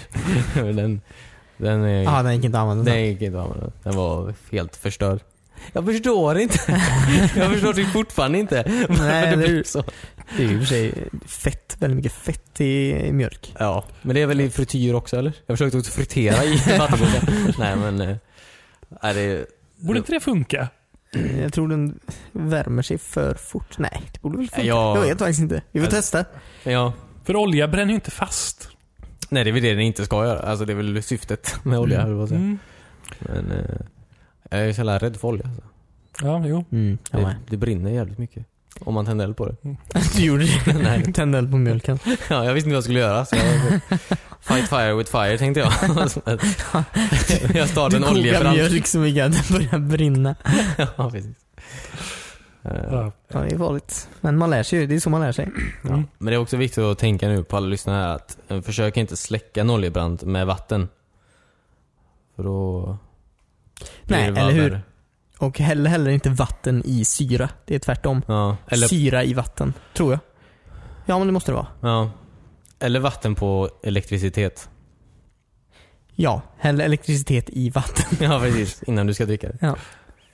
den gick inte att använda. Den var helt förstörd. Jag förstår inte. Jag förstår det fortfarande inte. Nej, det är ju för sig fett, väldigt mycket fett i mjölk. Ja, men det är väl i frityr också, eller? Jag försökte också fritera i vattenkokaren. Nej, men borde inte det funka? Jag tror den värmer sig för fort. Nej, det borde väl funka. Ja. Jag vet faktiskt inte. Vi får testa. Ja. För olja bränner ju inte fast. Nej, det är väl det den inte ska göra. Alltså det är väl syftet med olja. Men jag är så jävla rädd för olja. Alltså. Ja, jo. Det brinner jävligt mycket. Om man tänder eld på det. Du gjorde det? Nej. Tände eld på mjölken. Ja, jag visste inte vad jag skulle göra. Så fight fire with fire tänkte jag. Jag startade en oljebrand. Du kokar mjölk så mycket att den börjar brinna. Ja, precis. Ja, det är farligt. Men man lär sig ju, det är så man lär sig. Ja. Men det är också viktigt att tänka nu på alla lyssnare här att försök inte släcka en oljebrand med vatten. För då... Nej, eller hur? Värre. Och heller inte vatten i syra. Det är tvärtom. Ja, eller... Syra i vatten, tror jag. Ja, men det måste det vara. Ja. Eller vatten på elektricitet. Ja, häll elektricitet i vatten. Ja, precis. Innan du ska dricka det. Ja.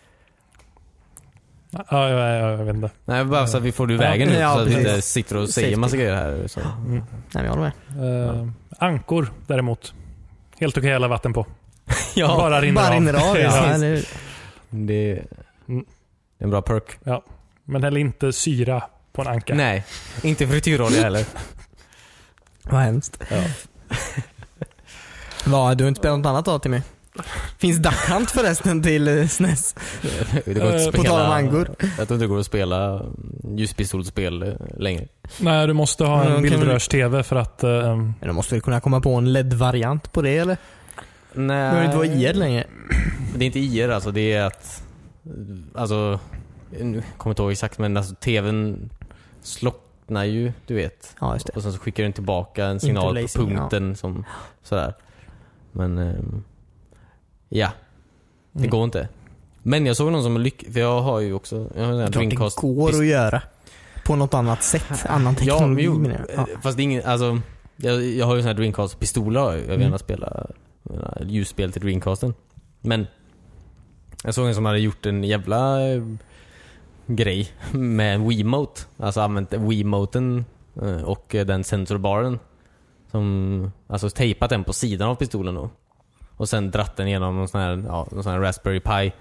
Ja, jag vet inte. Nej, bara så att vi får det i vägen nu. Ja, så att vi inte sitter och säger massa grejer här. Så. Nej, jag håller med. Ankor däremot. Helt okej alla vatten på. Ja, bara rinner av. Ja. Det är en bra perk. Ja, men heller inte syra på en anka. Nej, inte frityrolja heller. Vad hemskt. Ja. Vad, du har inte spelat något annat då till mig? Finns Duck Hunt förresten till SNES? På tal om angor. Jag tror inte det går att spela ljuspistolspel längre. Nej, du måste ha en bildrörs-tv för att... Du måste väl kunna komma på en LED-variant på det, eller? Nej. Det är inte vara IR längre. Det är inte IR, alltså. Det är att... Alltså... Jag kommer inte ihåg exakt, men alltså tvn slocknar ju, du vet. Ja, just det. Och sen så skickar den tillbaka en signal på punkten som sådär. Men... ja. Det går inte. Men jag såg någon som för jag har ju också... Jag har en Dreamcast. Det går att göra. På något annat sätt. Annan teknologi. Fast det är ingen... Alltså... Jag har ju sån här Dreamcast-pistoler. Jag vill gärna spela ljusspel till Dreamcasten. Men jag såg en som hade gjort en jävla grej med Wiimote. Alltså använt Wiimoten och den sensorbaren. Som, alltså tejpat den på sidan av pistolen då. Och sen dratt den genom någon sån här Raspberry Pi.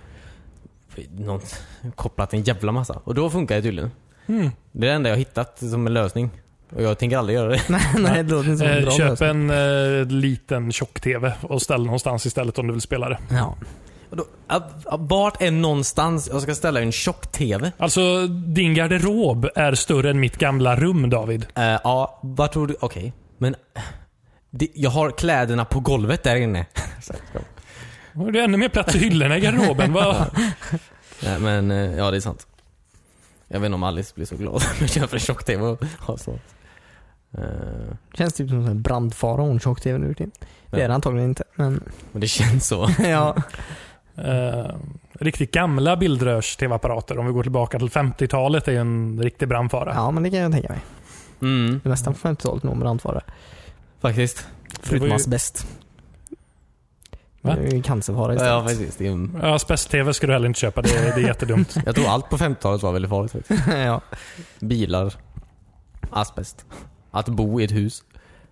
Kopplat en jävla massa. Och då funkar det tydligen. Det är det enda jag har hittat som en lösning. Och jag tänker aldrig göra det. Nej, det låter inte som en bra köp en liten tjock-tv och ställ någonstans istället om du vill spela det. Ja. Då, vart är någonstans jag ska ställa en tjock-tv? Alltså, din garderob är större än mitt gamla rum, David. Ja, vad tror du? Okej. Men jag har kläderna på golvet där inne. Det är ännu mer plats i hyllorna i garderoben. Nej, men ja, det är sant. Jag vet inte om Alice blir så glad när jag köper en tjock-tv och har sånt. Känns typ som en brandfara och en tjock-tv nu. Det är det antagligen inte. Men det känns så. Ja. Riktigt gamla bildrörs-tv-apparater, om vi går tillbaka till 50-talet, är en riktig brandfara. Ja, men det kan jag tänka mig. Det nästan på 50-talet nog brandfara. Faktiskt. Förutom asbest. Va? Det är ju cancerfara istället. Ja, precis. Det är asbest-tv ska du heller inte köpa. Det är jättedumt. Jag tror allt på 50-talet var väldigt farligt faktiskt. Ja. Bilar. Asbest. Att bo i ett hus.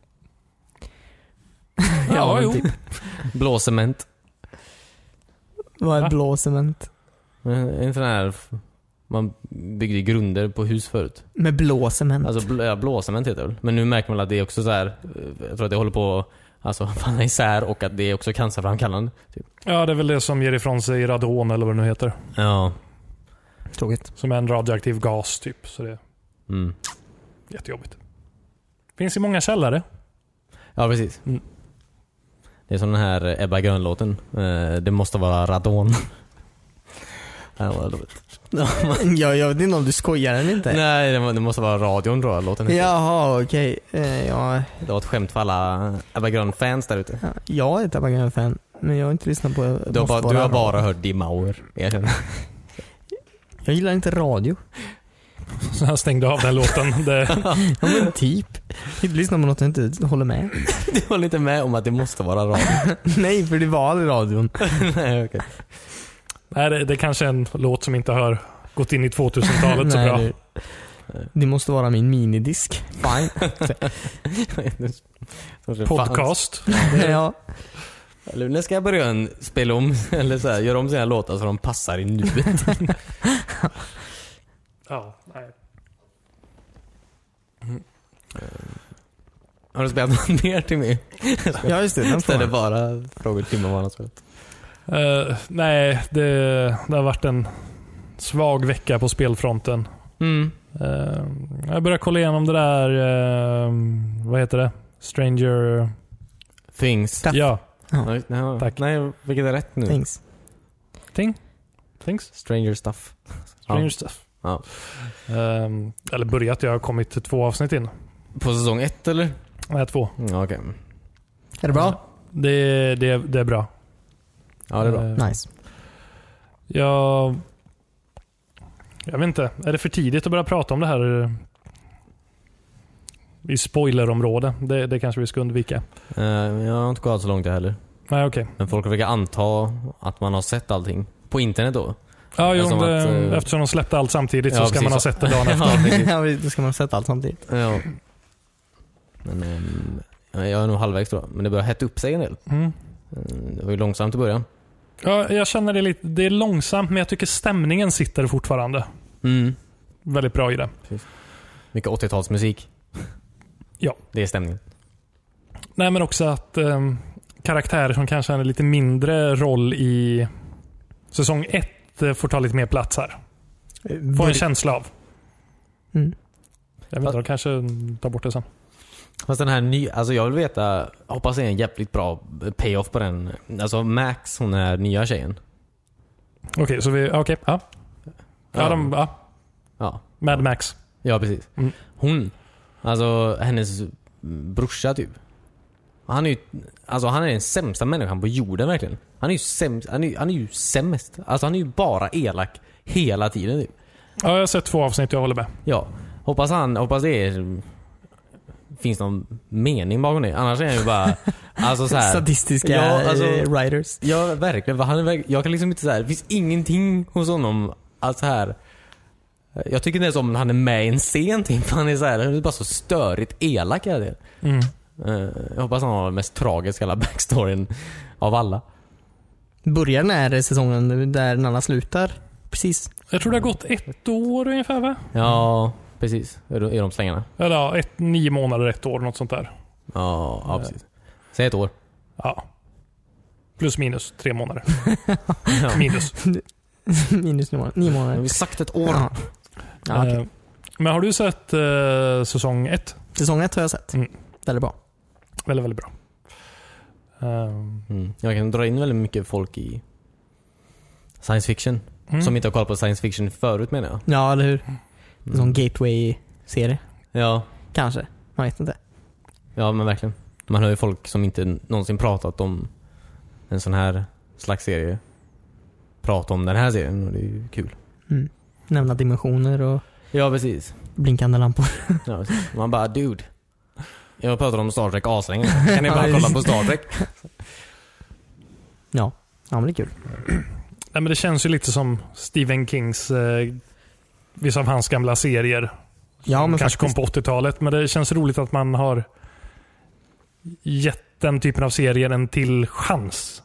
Ja, jo. Typ. Blåcement. Vad är blåcement? En sån här... Man byggde grunder på hus förut. Med blåcement? Alltså blåcement heter det väl. Men nu märker man att det är också så här... Jag tror att det håller på... Alltså falla isär och att det är också cancerframkallande. Typ. Ja, det är väl det som ger ifrån sig radon eller vad det nu heter. Ja. Tråkigt. Som är en radioaktiv gas typ. Så det är jättejobbigt. Finns i många källare. Ja, precis. Det är som den här Ebba Grön-låten. Det måste vara radon. Jag vet inte om du skojar eller inte. Nej, det måste vara radion då, låten heter. Jaha, okej. Ja. Det var ett skämt för alla Ebba Grön-fans där ute. Ja, jag är ett Ebba Grön-fan, men jag har inte lyssnat på... Du har bara hört Dim Auer. Jag gillar inte radio. Så jag stängde av den låten. Ja, men typ. Jag lyssnar på något jag inte håller med. Du håller inte med om att det måste vara radio? Nej, för det var aldrig radion. Nej, okej. Nej, det kanske är en låt som inte har gått in i 2000-talet så bra. Det måste vara min minidisk. Fine. Podcast. Ja. Eller när ska jag börja spela om eller så här, göra om sina låtar så de passar i nuet? Ja, nej. Har du spelat något mer till mig? Ja, just det. Ställer bara frågor till mig vad han har spelat. Nej, det har varit en svag vecka på spelfronten. Jag börjar kolla igenom det där vad heter det? Stranger Things. Ja. Tack. Nej, vilket är rätt nu? Things? Stranger Stuff. Stranger Stuff. Ja. Eller börjat, jag har kommit till 2 avsnitt in. På säsong 1 eller? Nej, 2. Ja, okej. Är det bra? Det är bra. Ja, det är bra. Nice. Jag vet inte. Är det för tidigt att börja prata om det här i spoilerområde? Det kanske vi ska undvika. Jag har inte gått så långt heller. Nej, okej. Men folk försöker anta att man har sett allting. På internet då. Ja, eftersom de släppte allt samtidigt så ska man ha sett det dagen efter. Ja, då ska man ha sett allt samtidigt. Ja. Men jag är nog halvvägs då. Men det börjar hetta upp sig en del. Det var ju långsamt i början. Ja, jag känner det lite. Det är långsamt, men jag tycker stämningen sitter fortfarande. Väldigt bra i det. Precis. Mycket 80-talsmusik. Ja. Det är stämningen. Nej, men också att karaktärer som kanske har en lite mindre roll i säsong 1 får ta lite mer plats här. Får en känsla av. Jag vet inte, de kanske tar bort det sen. Fast den här alltså jag vill veta, hoppas det är en jävligt bra payoff på den. Alltså Max, hon är nya tjejen. Okej, så vi, ja. Ja. Mad Max. Ja, precis. Hon, alltså hennes brorsa typ. Han är den sämsta människan på jorden verkligen. Han är ju sämst. Han är ju sämst. Alltså han är ju bara elak hela tiden typ. Ja, jag har sett 2 avsnitt, jag håller med. Ja, hoppas det finns någon mening bakom det. Annars är han ju bara alltså så här statistiska writers. Ja, verkligen. Jag kan liksom inte så här, det finns ingenting hos honom alltså här. Jag tycker inte ens om han är med i en scen typ. Han är så här, han är bara så störigt elak är det. Jag hoppas han har den mest tragiska alla backstoryn av alla. Börjar den här säsongen där Nanna slutar? Precis. Jag tror det har gått 1 år ungefär, va? Ja, precis. Är de slängarna? Ja, 9 månader, 1 år, något sånt där. Ja, precis. Säg 1 år. Ja. Plus minus 3 månader. Minus. Minus 9 månader. Vi har sagt 1 år. Ja, okay. Men har du sett säsong 1? Säsong 1 har jag sett. Väldigt bra. Väldigt, väldigt bra. Jag kan dra in väldigt mycket folk i science fiction. Som inte har kollat på science fiction förut, menar jag. Ja, eller hur? En sån gateway-serie. Ja. Kanske. Man vet inte. Ja, men verkligen. Man hör ju folk som inte någonsin pratat om en sån här slags serie prata om den här serien, och det är ju kul. Nämna dimensioner och ja, precis. Blinkande lampor. Ja, precis. Man bara, dude, jag pratar om Star Trek aslänge. Kan ni bara kolla på Star Trek? Ja, men det är kul. Nej, men det känns ju lite som Stephen Kings vissa av hans gamla serier. Ja, men kanske kom på 80-talet. Men det känns roligt att man har gett den typen av serier en till chans.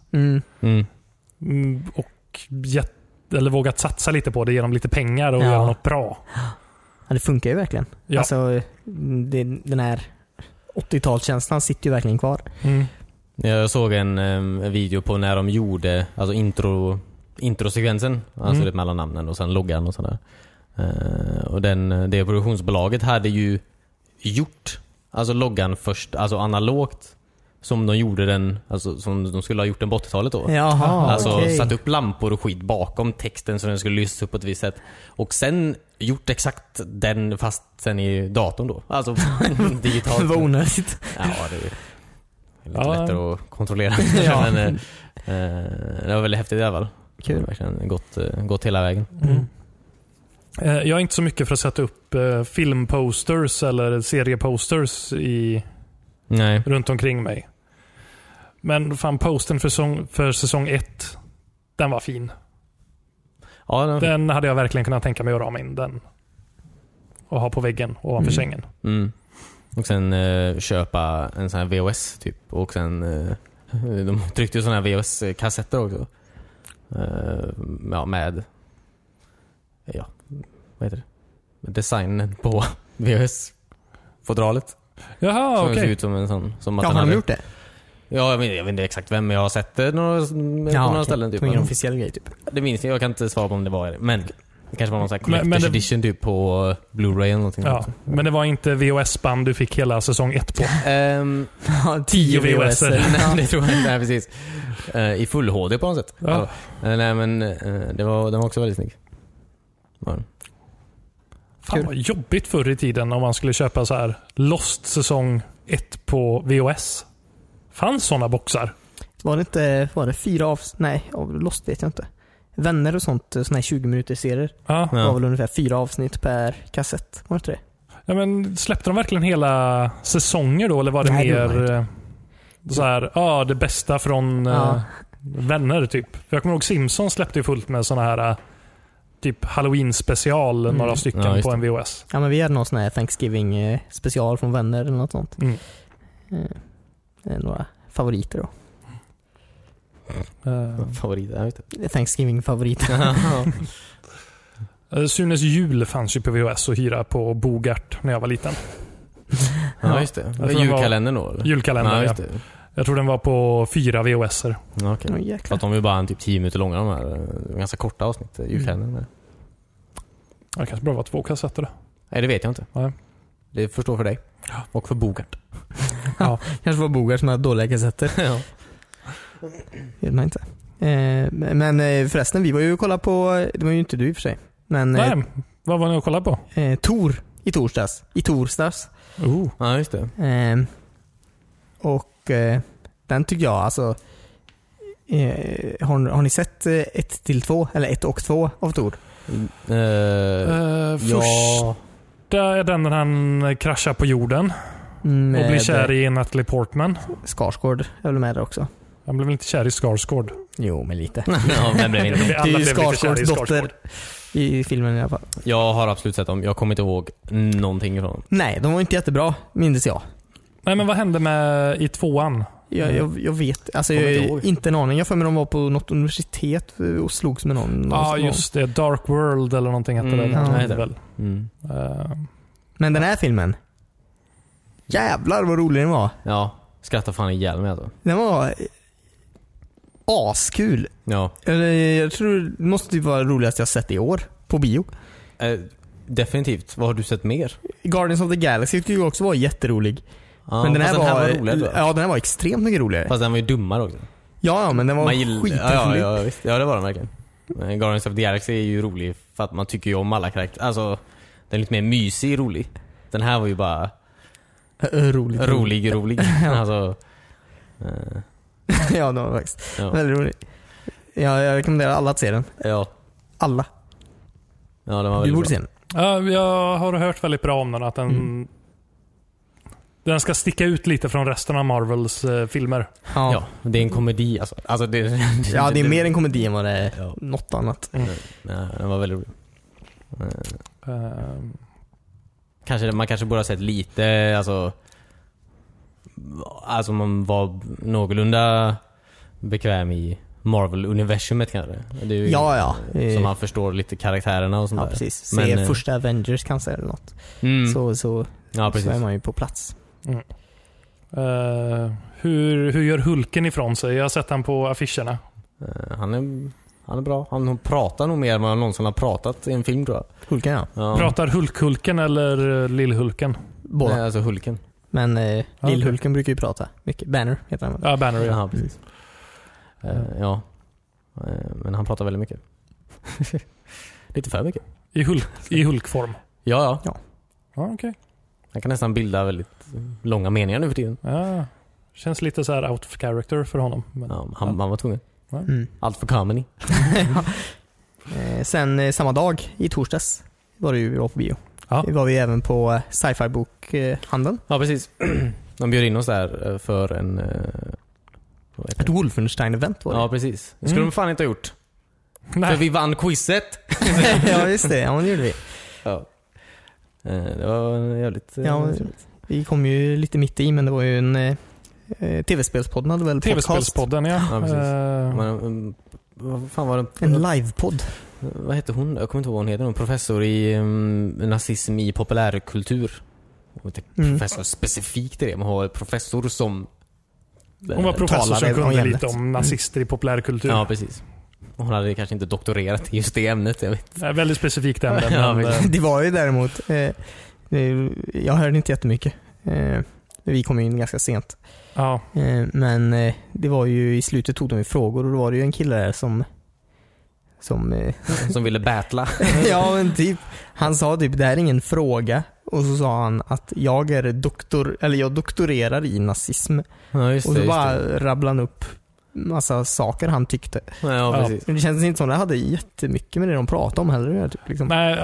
Och eller vågat satsa lite på det, ge dem lite pengar och göra något bra. Ja, det funkar ju verkligen. Ja. Alltså, den här 80-talskänslan sitter ju verkligen kvar. Jag såg en video på när de gjorde alltså introsekvensen, alltså det mellan namnen och sen loggan och sådär. Och det produktionsbolaget hade ju gjort alltså loggan först, alltså analogt, som de gjorde den, alltså som de skulle ha gjort den på 80-talet då. Jaha, alltså satt upp lampor och skit bakom texten så den skulle lysas upp på ett visst sätt. Och sen gjort exakt den fast sen i datorn då. Alltså digitalt. Vad onödigt. Ja, det är lite lättare att kontrollera. Men det var väldigt häftigt i alla fall. Kul. Verkligen gått hela vägen. Jag är inte så mycket för att sätta upp filmposters eller serieposters runt omkring mig. Men fan, posten för säsong 1, den var fin. Ja, den hade jag verkligen kunnat tänka mig att rama in den och ha på väggen ovanför sängen. Och sen köpa en sån här VHS typ. Och sen de tryckte ju såna här VHS-kassetter också. Med vad heter det? Designen på VHS-fodralet. Jaha, okej. Det ser ut som en sån. Som att har de gjort det? Ja, jag vet inte exakt vem, men jag har sett det på några ställen. Typ. Det var ingen officiell grej typ. Det minns jag kan inte svara på om det var det. Men det kanske var någon sån här collector's edition typ på Blu-ray eller någonting. Ja, men det var inte VHS-band du fick hela säsong 1 på? 10 VHS. Nej, det tror jag inte. Nej, precis. I full HD på något sätt. Ja. Nej, men den var också väldigt snygg. Fan vad jobbigt förr i tiden om man skulle köpa så här Lost säsong 1 på VHS. Fanns såna boxar? Var det 4 avsnitt? Nej, Lost vet jag inte. Vänner och sånt, såna här 20 minuter serier. Ja. Det var väl ungefär 4 avsnitt per kassett, var det inte det? Ja, men släppte de verkligen hela säsonger då, eller var det mer så här, det bästa från vänner typ? För jag kommer ihåg Simpsons släppte ju fullt med såna här typ Halloween-special, några stycken på en VHS. Ja, men vi hade någon sån här Thanksgiving-special från vänner eller något sånt. Några favoriter då. Favoriter, jag vet inte. Thanksgiving-favoriter. Sunes jul fanns ju på VHS och hyra på Bogart när jag var liten. Ja, just det. Julkalendern då? Eller? Julkalendern, Jag tror den var på 4 VHS-er. Okay. För att de är bara typ 10 minuter långa, de här ganska korta avsnitt. Det kanske bara var 2 kassetter då. Nej, det vet jag inte. Nej. Det förstår för dig. Och för Bogart. Ja, kanske var Bogart som hade dåliga kassetter. Ja. Vet man inte. Men förresten, vi var ju och kollade på, det var ju inte du i och för sig. Men, nej, vad var ni och kollade på? Tor i torsdags. Ja, just det. Och den tycker jag, alltså har ni sett 1-2 eller 1 och 2 av Tor? Första är den när han kraschar på jorden och blir kär i Natalie Portman. Skarsgård är väl med där också. Han blev väl inte kär i Skarsgård? Jo, men lite. Ja, men det är ju Skarsgårds dotter i filmen i alla fall. Jag har absolut sett dem. Jag kommer inte ihåg någonting från dem. Nej, de var inte jättebra, minns jag. Nej, men vad hände med i 2:an? Jag vet. Alltså, jag inte en aning. Jag för mig de var på något universitet och slogs med någon. Ja, just det. Dark World eller någonting hette det. Ja, väl. Men den här filmen, jävlar vad rolig den var. Ja, skrattar fan ihjäl mig alltså. Den var askul. Ja. Jag tror det måste vara det roligaste jag sett i år på bio. Definitivt. Vad har du sett mer? Guardians of the Galaxy tycker jag också var jätterolig. Ja, men den här var rolig då. Ja, den här var extremt mycket roligare. Fast den var ju dummare också. Ja, men den var skitrolig. Ja, visst. Ja, det var den verkligen. Guardians of the Galaxy är ju rolig för att man tycker ju om alla karaktärer. Alltså, den är lite mer mysig rolig. Den här var ju bara rolig. Alltså, ja, det var faktiskt väldigt rolig. Jag rekommenderar alla att se den. Ja. Alla. Ja, den var du borde se den. Ja, jag har hört väldigt bra om den, att den ska sticka ut lite från resten av Marvels filmer. Ja, det är en komedi alltså det är mer en komedi än vad det är något annat. Nej, den var väldigt rolig. Man kanske borde ha sett lite, alltså man var någorlunda bekväm i Marvel-universumet kanske. Det är ju så man förstår lite karaktärerna och sånt där. Precis. Se första Avengers kanske eller något. Så är man ju på plats. Hur gör Hulken ifrån sig? Jag har sett han på affischerna. Han är bra. Han pratar nog mer än vad han någonsin har pratat i en film, tror jag. Hulken, ja. Pratar Hulk-Hulken eller Lill-Hulken? Båda. Nej, alltså Hulken. Men Lill-Hulken brukar ju prata mycket. Banner heter han. Ja, Banner, ja. Precis. Men han pratar väldigt mycket. Lite för mycket. I Hulk-form? Ja, okej. Han kan nästan bilda väldigt långa meningar nu för tiden. Ja, känns lite så här out of character för honom. Men, han var tvungen. Allt för comedy. Sen samma dag i torsdags var det ju vi var på bio. Det var vi även på sci-fi bokhandeln. Ja, precis. De bjöd in oss där för ett Wolfenstein-event var det. Ja, precis. Det skulle de fan inte ha gjort. Nej. För vi vann quizet. Ja, just det. Ja, det gjorde vi. Ja. Det var jävligt... vi kom ju lite mitt i, men det var ju en TV-spelspodden hade väl podcast. TV-spelspodden, ja. Vad fan var det? En livepodd. Vad heter hon? Jag kommer inte ihåg vad hon heter. Hon professor i nazism i populärkultur. Professor specifikt i det. Man har professor som hon var professor som kunde lite om nazister i populärkultur. Ja, precis. Hon hade kanske inte doktorerat i just det ämnet, jag vet. Väldigt specifikt ämne. Det var ju däremot jag hörde inte jättemycket. Vi kom in ganska sent. Ja. Men det var ju i slutet tog de ju frågor och då var det ju en kille där som ville battla. Ja, men typ han sa typ det här är ingen fråga och så sa han att jag doktorerar i nazism. Ja, just det, och så bara rabblade han upp massa saker han tyckte. Ja, precis. Det känns inte som det hade jättemycket med det de pratade om heller. Typ, liksom. Nej,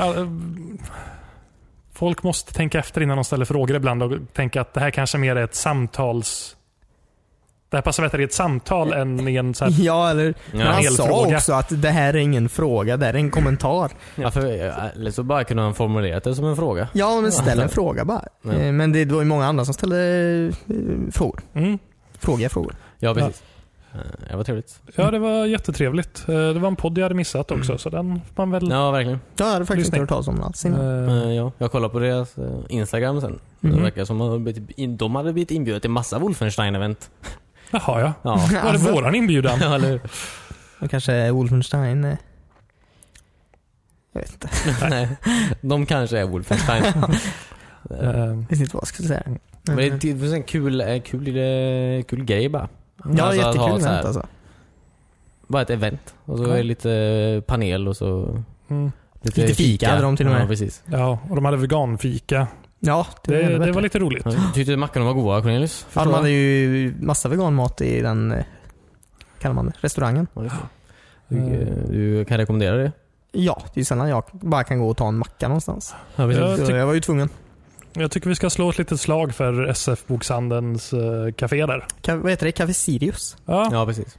folk måste tänka efter innan de ställer frågor ibland och tänka att det här kanske mer är ett samtals... Det här passar bättre i ett samtal än i en så här... Ja, eller han sa också att det här är ingen fråga, det är en kommentar. Ja, eller så bara kunde han formulerat det som en fråga. Ja, men ställ en fråga bara. Ja. Men det var ju många andra som ställde frågor. Frågor. Ja, precis. Det var trevligt. Ja, det var jättetrevligt. Det var en podd jag hade missat också, så den man väl... Ja, verkligen. Ja, jag hade faktiskt inte hört talas om alls innan. Jag kollade på deras Instagram sen. Det verkar som att de hade blivit inbjudna till massa Wolfenstein-event. Jaha, ja. Var det våran inbjudan? Ja, eller? Och kanske Wolfenstein. Jag vet inte. Nej, de kanske är Wolfenstein. Jag vet inte vad jag skulle säga. Men det är en kul grej bara. Ja, alltså, jättekul event alltså. Bara ett event. Och så är det lite panel och så lite fika hade de till och med. Ja, precis. Ja, och de hade veganfika. Ja, det var lite roligt. Tyckte mackorna var goda, Cornelius? Ja, de hade ju massa veganmat i den, kallar man det, restaurangen. Ja, du kan rekommendera det? Ja, det är ju sällan jag bara kan gå och ta en macka någonstans. Ja, jag var ju tvungen. Jag tycker vi ska slå ett litet slag för SF-bokhandelns café där. Vad heter det? Café Sirius? Ja, precis.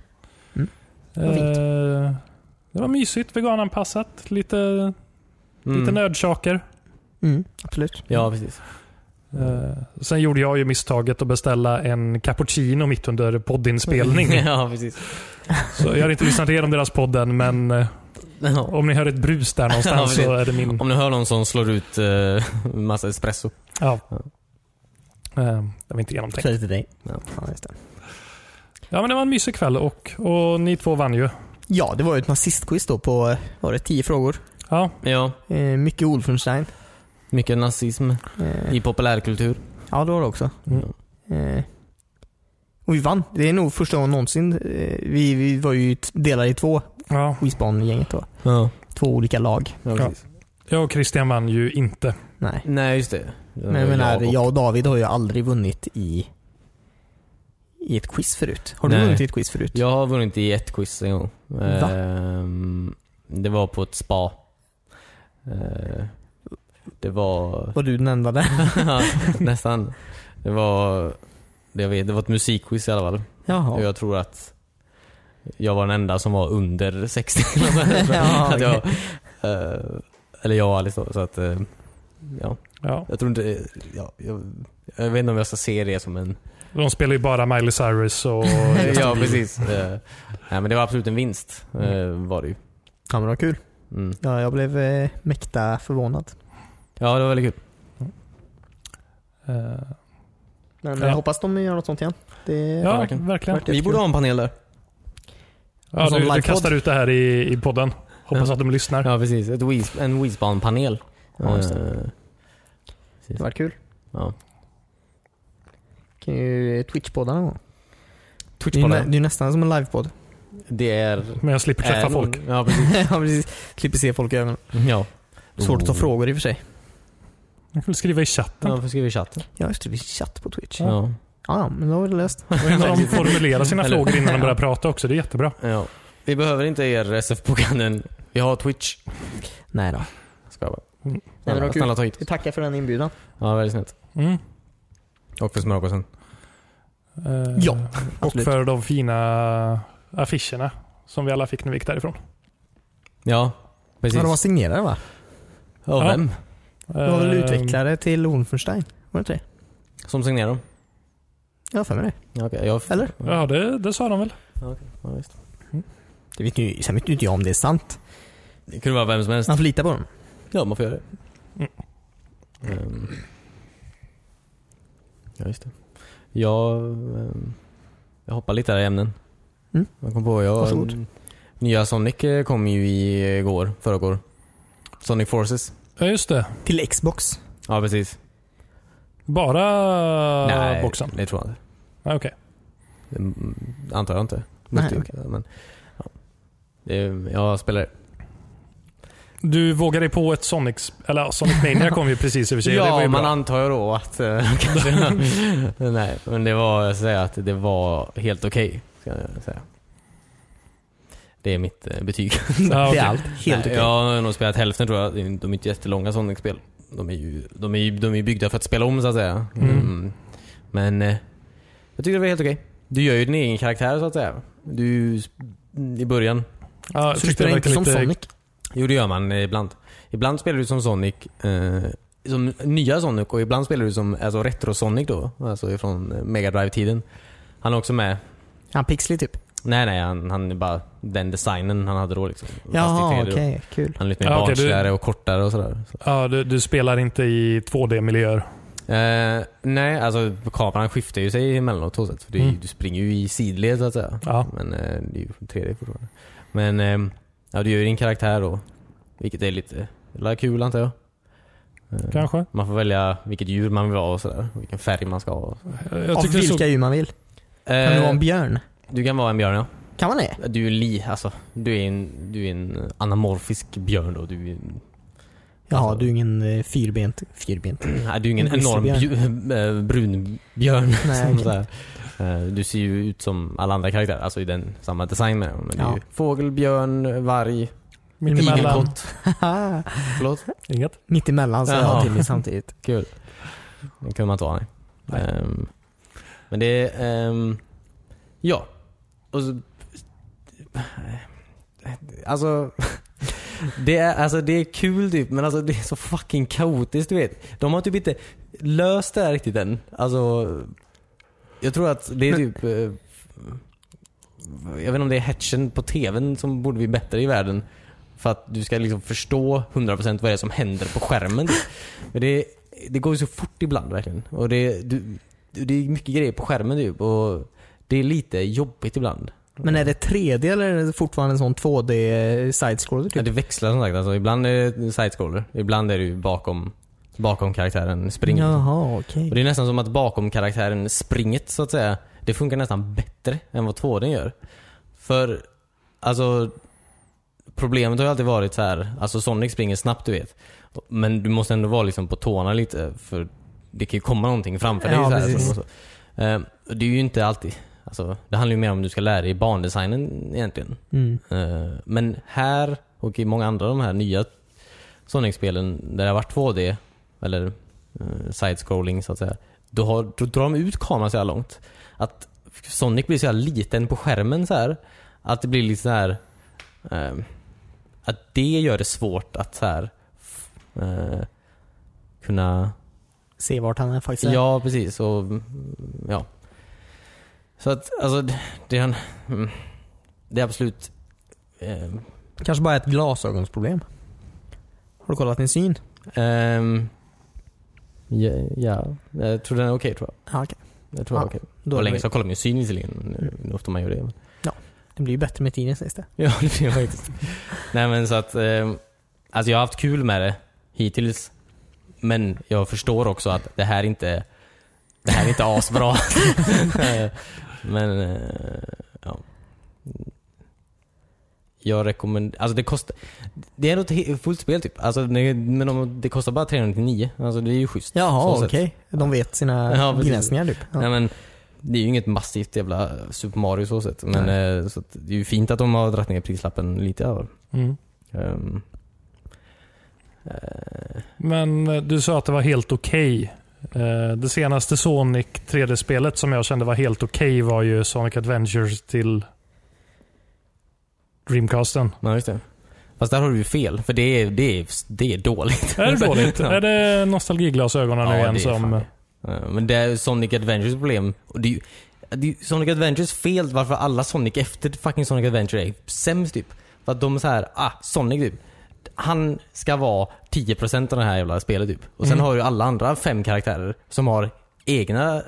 Det var mysigt, vegananpassat. Lite nödsaker. Absolut. Ja, precis. Sen gjorde jag ju misstaget att beställa en cappuccino mitt under poddinspelning. Ja, precis. Så jag har inte lyssnat igenom deras podden, men om ni hör ett brus där någonstans så är det min... Om ni hör någon som slår ut massa espresso. Ja. Det var inte genomtänkt. Säg till dig. Ja, just det. Ja, men det var en mysig kväll och ni två vann ju. Ja, det var ju ett nazistquiz då på, var det 10 frågor? Ja. Mycket Wolfenstein. Mycket nazism i populärkultur. Ja, det var det också. Och vi vann. Det är nog första gången någonsin. Vi var ju delade i 2 Wisbon-gänget då. Ja. 2 olika lag. Ja. Jag och Christian vann ju inte. Nej, just det. Men jag och David har ju aldrig vunnit i ett quiz förut. Har du vunnit i ett quiz förut? Jag har vunnit i ett quiz en gång. Det var på ett spa. Det var du den enda där? Nästan. Det var ett musikquiz i alla fall. Jaha. Och jag tror att jag var den enda som var under 60. Eller jag Alice då, så att ja. Jag tror inte jag vet inte om jag ska se det som en... De spelar ju bara Miley Cyrus och... Ja, precis. Nej, men det var absolut en vinst, var det ju. Ja, men det var kul. Ja, jag blev mäkta förvånad. Ja, det var väldigt kul. Men jag hoppas de gör något sånt igen. Verkligen. Vi borde ha en panel där. Ja, du kastar ut det här i podden. Hoppas att de lyssnar. Ja, precis. En Wisbon-panel. Ja, det var kul. Ja. Kan ju Twitch-podda någon gång. Det är nästan som en livepodd. Det är... Men jag slipper träffa folk. Ja, precis. Ja, precis. Slipper se folk i ögonen. Ja. Svårt att ta frågor i och för sig. Jag får skriva i chatten. Ja, jag får skriva i chatten. Ja, just det. Vi chatt på Twitch. Ja. Ja, men då är det löst. Och de formulerar sina frågor innan de börjar prata också. Det är jättebra. Ja. Vi behöver inte er SF-bokhandeln. Vi har Twitch. Nej då. Ska jag bara. Nej, men det var kul. Vi tackar för den inbjudan. Ja, väldigt snällt. Och för smörgåsen. Ja, och absolut. för de fina affischerna som vi alla fick när vi gick därifrån. Ja, precis. Ja, de var signerade, va? Ja, vem? Det var väl utvecklare till Wolfenstein, var det inte det? Som signerar dem? Ja, för mig det. Okay, eller? Ja, det sa de väl. Okay. Ja, visst. Det vet ju, sen vet ju inte jag om det är sant. Det kunde vara vem som helst. Man får lita på dem. Ja, man får göra det. Ja, just det. Jag hoppar lite där i ämnen. Jag kom på, nya Sonic kom ju förrgår. Sonic Forces. Ja, just det. Till Xbox. Ja, precis. Bara boxen? Nej, det tror jag inte. Ja, okej. Det antar jag inte. Nej, okej. Men jag spelar. Du vågar dig på ett Sonic Mania kom ju precis i och för sig. Ja, det var ju man bra. antar ju då att nej, men det var att säga att det var helt okej, ska jag säga. Det är mitt betyg. Ja, okay. Det är allt helt okej. Jag har nog spelat hälften, tror jag. De är inte jättelånga Sonic-spel. De är ju byggda för att spela om, så att säga. Men jag tycker det var helt okej. Du gör ju din egen karaktär, så att säga. I början. Ja, så du spelar inte som Sonic? Jo, det gör man ibland. Ibland spelar du som Sonic, som nya Sonic, och ibland spelar du som retro Sonic då, alltså från Mega Drive-tiden. Han är också med. Han pixlig typ? Nej, han är bara den designen han hade då liksom. Ja, okej, kul. Han är lite mer barnsligare och kortare och sådär. Så. Ja, du spelar inte i 2D-miljöer. Nej, alltså kameran skiftar ju sig emellanåt så sätt, för du springer ju i sidled så att säga. Ja. Men det är ju 3D fortfarande. Men du gör ju din karaktär då, vilket är lite kul antar jag. Kanske. Man får välja vilket djur man vill ha och sådär, vilken färg man ska ha. Av vilka djur man vill. Kan du vara en björn? Du kan vara en björn, ja. Kan man det? Du är en anamorfisk björn då. Du är Jaha, du är ingen fyrbent. Nej, du är ingen enorm brunbjörn. Nej, du ser ju ut som alla andra karaktärer, alltså i den samma design med dem. Men det är ju fågel, björn, varg, mittemellan. Förlåt? Inget? Mittemellan så jag till samtidigt. Kul. Det kan man ta. Men det är ja. Och så, alltså det är kul typ, men alltså det är så fucking kaotiskt, du vet. De har typ inte löst det här riktigt än. Alltså jag tror att det är typ jag vet inte om det är hatchen på tvn som borde bli bättre i världen, för att du ska liksom förstå 100% vad det är som händer på skärmen. Men det går ju så fort ibland verkligen. Och det är mycket grejer på skärmen typ, och det är lite jobbigt ibland. Men är det 3D eller är det fortfarande en sån 2D side-scroller typ? Ja, det växlar som sagt. Alltså, ibland är det side-scroller. Ibland är det ju bakom karaktären springer. Jaha, okej. Och det är nästan som att bakom karaktären springet så att säga, det funkar nästan bättre än vad 2D gör. För alltså problemet har ju alltid varit så här, alltså Sonic springer snabbt, du vet. Men du måste ändå vara liksom på tårna lite, för det kan ju komma någonting framför dig så här. Det är ju inte alltid. Alltså, det handlar ju mer om att du ska lära dig bandesignen egentligen. Men här och i många andra av de här nya Sonic-spelen där det har varit 2D eller side-scrolling så att säga, då drar de ut kameran så här långt att Sonic blir så här liten på skärmen så här, att det blir lite så här att det gör det svårt att så här kunna se vart han är faktiskt. Ja, precis. Och ja. Så att alltså det är absolut kanske bara ett glasögonsproblem. Har du kollat din syn? Ja, jag tror den är okej, tror jag. Ja, okej. Jag tror okej. Det var länge så jag kollade min syn visserligen. Ofta man gör det. Ja, det blir ju bättre med tiden sägs det. Ja, det blir faktiskt. Nej, men så att alltså jag har haft kul med det hittills. Men jag förstår också att det här inte är asbra. Men ja. Jag rekommenderar, alltså det kostar, det är något fullt spel typ. Alltså men det kostar bara 399. Alltså det är ju schysst. Jaha, okej. De vet sina begränsningar typ. Ja. Nej, men det är ju inget massivt jävla Super Mario så sätt. Men så det är ju fint att de har dragit ner prislappen lite över. Men du sa att det var helt okej. Det senaste Sonic 3D-spelet som jag kände var helt okej var ju Sonic Adventures till Dreamcasten. Ja, just det. Fast där har du ju fel, för det är dåligt. Är det dåligt? Ja. Är det nostalgiglasögonen nu igen som... Men det är Sonic Adventures problem. Och det är Sonic Adventures fel varför alla Sonic efter fucking Sonic Adventure är sämst typ. För att de är så här, Sonic typ, han ska vara 10% av den här jävla spelet typ. Och sen har ju alla andra 5 karaktärer som har egna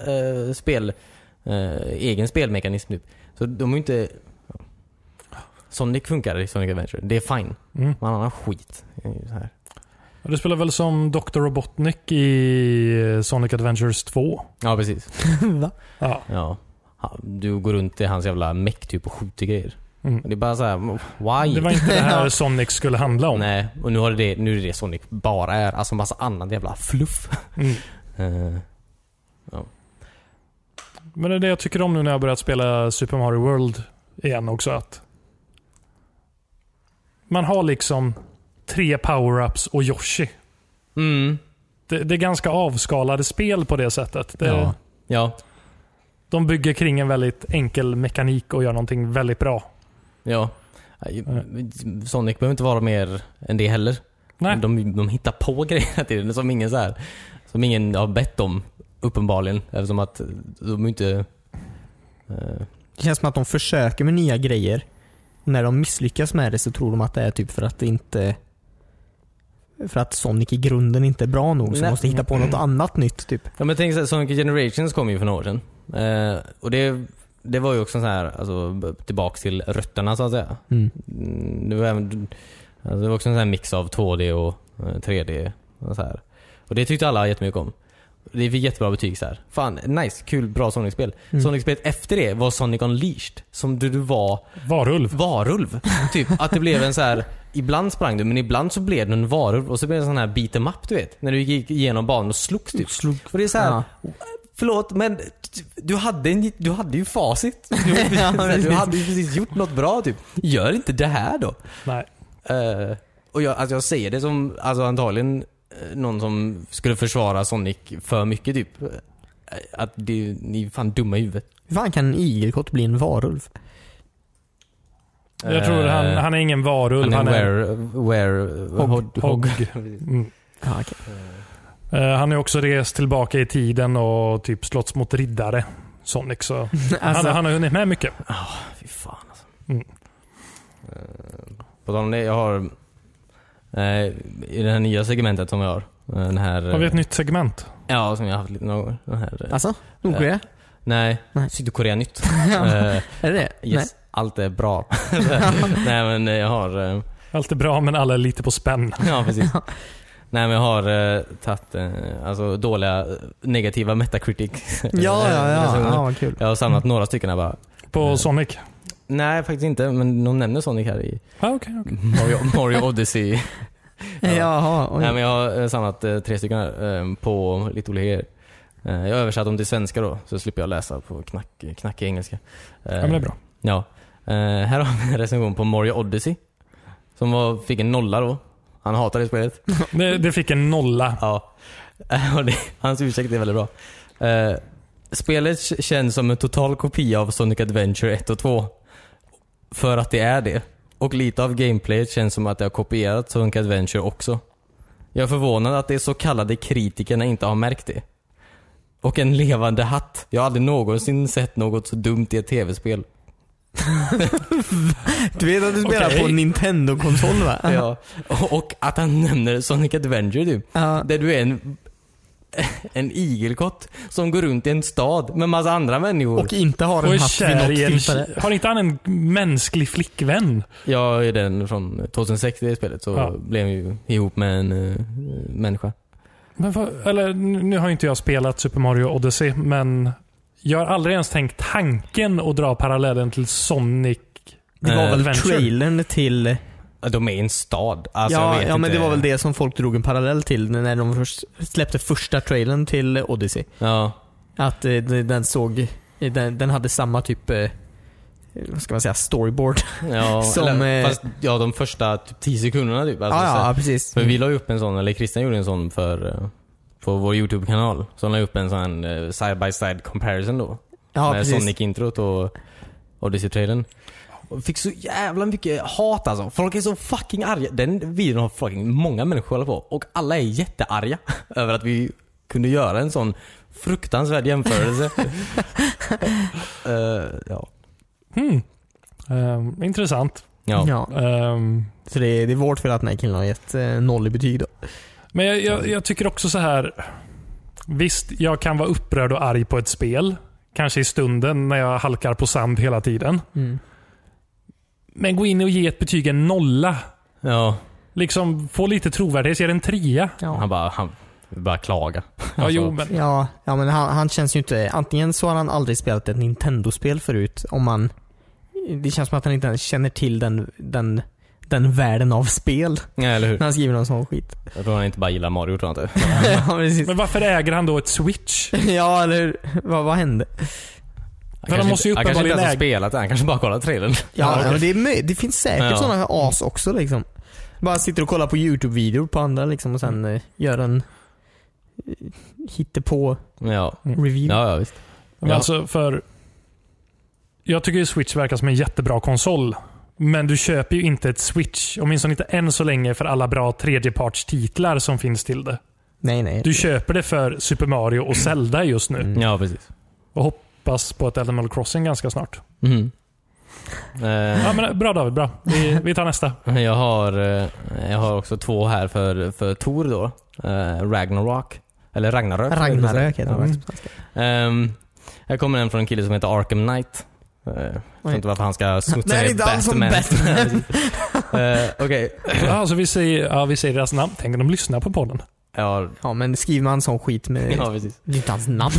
egen spelmekanism typ. Så de är ju inte... Sonic funkar i Sonic Adventure. Det är fine. Man har skit så här. Du spelar väl som Dr. Robotnik i Sonic Adventures 2? Ja, precis. Va? Ja. Du går runt i hans jävla meck typ och skjuter grejer. Det är bara så här, why? Det var inte det här Sonic skulle handla om. Nej, och nu är det Sonic bara är. Alltså en massa annat jävla fluff. Ja. Men det är det jag tycker om nu när jag börjat spela Super Mario World igen också, att man har liksom 3 power-ups och Yoshi. Det är ganska avskalade spel på det sättet. Ja. De bygger kring en väldigt enkel mekanik och gör någonting väldigt bra. Ja. Sonic behöver inte vara mer än det heller. Nej. De hittar på grejer till det som ingen har bett om uppenbarligen, eftersom att de inte Det känns som att de försöker med nya grejer. När de misslyckas med det så tror de att det är typ för att det inte för att Sonic i grunden inte är bra nog, så måste hitta på något annat nytt typ. Ja, men tänk så här, Sonic Generations kom ju för några år sedan. Och det var ju också så här, alltså tillbaks till rötterna så att säga. Det var också en sån här mix av 2D och 3D och så här. Och det tyckte alla jättemycket om. Det fick jättebra betyg så här. Fan, nice, kul, bra Sonic-spel. Sonic-spelet efter det var Sonic Unleashed, som du var varulv. Typ att det blev en så här, ibland sprang du, men ibland så blev det en varulv och så blev det en sån här beat 'em up, du vet, när du gick igenom banan och slogs typ. Och det är så här, förlåt, men du hade ju facit. Du hade ju precis gjort något bra typ. Gör inte det här då. Nej. Och jag säger det som alltså antagligen någon som skulle försvara Sonic för mycket typ, att ni är fan dumma i huvudet. Hur fan kan en igelkott bli en varulv? Jag tror han är ingen varulv. Han är hogg. Han är också rest tillbaka i tiden och typ slått mot riddare, Sonic, så alltså. han har hunnit med mycket. Fy fan alltså. På tal om det, jag har i det här nya segmentet som jag har den här, har vi ett nytt segment? Ja, som jag har haft lite någon gång. Alltså? Nordkorea? Nej. Sydkorea nytt. Är det? Yes. Nej. Allt är bra. Nej, men jag har allt är bra, men alla är lite på spänn. Ja, precis. Nej, men jag har tagit alltså dåliga negativa Metacritic. Ja, vad kul. Jag har samlat några stycken bara. På Sonic? Nej, faktiskt inte, men de nämner Sonic här i okay. Mario Odyssey. Jaha. Nej, men jag har samlat 3 stycken här, på lite olika. Jag har översatt dem till svenska då, så slipper jag läsa på knackig engelska. Ja, men det är bra. Ja. Här har vi en recension på Mario Odyssey som fick en 0 då. Han hatar det spelet. Det fick en 0. Ja. Hans ursäkt är väldigt bra. Spelet känns som en total kopia av Sonic Adventure 1 och 2. För att det är det. Och lite av gameplayet känns som att det har kopierat Sonic Adventure också. Jag är förvånad att de så kallade kritikerna inte har märkt det. Och en levande hatt. Jag har aldrig någonsin sett något så dumt i ett tv-spel. Du vet att du spelar på en Nintendo-konsol, va? Ja. Och att han nämner Sonic Adventure typ. Där du är en igelkott som går runt i en stad med massa andra människor. Och inte har en hatt vid något tillfälle. Har inte han en mänsklig flickvän? Ja, i den från 2006 i det spelet så blev vi ju ihop med en människa. Men nu har inte jag spelat Super Mario Odyssey, men jag har aldrig ens tänkt tanken att dra parallellen till Sonic. Det var väl trailern till... De är i en stad. Alltså, ja, men det var väl det som folk drog en parallell till när de släppte första trailern till Odyssey. Ja. Att den hade samma typ, vad ska man säga, storyboard. Ja, som, fast de första typ 10 sekunderna typ. Alltså, ja, precis. Men vi la upp en sån, eller Christian gjorde en sån på vår YouTube-kanal. Så han la upp en sån side-by-side comparison då. Ja, med precis. Sonic-introt och Odyssey-trailern. Och fick så jävla mycket hat alltså. Folk är så fucking arga. Den videon har fucking många människor håller på. Och alla är jättearga över att vi kunde göra en sån fruktansvärd jämförelse. Ja. Intressant. Ja. Så det är vårt fel att den här killen har gett 0 i betyg då. Men jag tycker också så här. Visst, jag kan vara upprörd och arg på ett spel. Kanske i stunden när jag halkar på sand hela tiden. Men gå in och ge ett betyg en 0. Ja. Liksom få lite trovärdighet. Ser en 3. Ja. Han bara klaga. Ja, jo, men. Ja, men han känns ju inte... Antingen så har han aldrig spelat ett Nintendo-spel förut. Det känns som att han inte ens känner till den världen av spel. Ja, eller hur? När han skriver någon sån skit. Jag tror han inte bara gillar Mario, tror jag inte. Ja, precis. Men varför äger han då ett Switch? Ja, eller hur? Vad hände? För han måste ju han kanske inte ens har spelat. Han kanske bara kollar trailern. Ja, men det finns säkert sådana as också liksom. Bara sitter och kollar på YouTube-videor på andra liksom, och sen gör en hittepå review. Ja, visst. Men alltså jag tycker ju Switch verkar som en jättebra konsol. Men du köper ju inte ett Switch, åtminstone inte än så länge, för alla bra tredjepartstitlar som finns till det. Nej. Du köper det för Super Mario och Zelda just nu. Ja, precis. Och hoppas på ett Animal Crossing ganska snart. Ja, men bra David, bra. Vi tar nästa. Jag har också 2 här för Thor då. Ragnarok. Eller Ragnarök. Ragnarök heter det. Här kommer en från en kille som heter Arkham Knight. Jag vet inte varför han ska smutsa ner Batman. Okej. Alltså vi säger deras namn. Tänk om de lyssnar på podden. Ja, men skriver man sån skit med inte hans namn.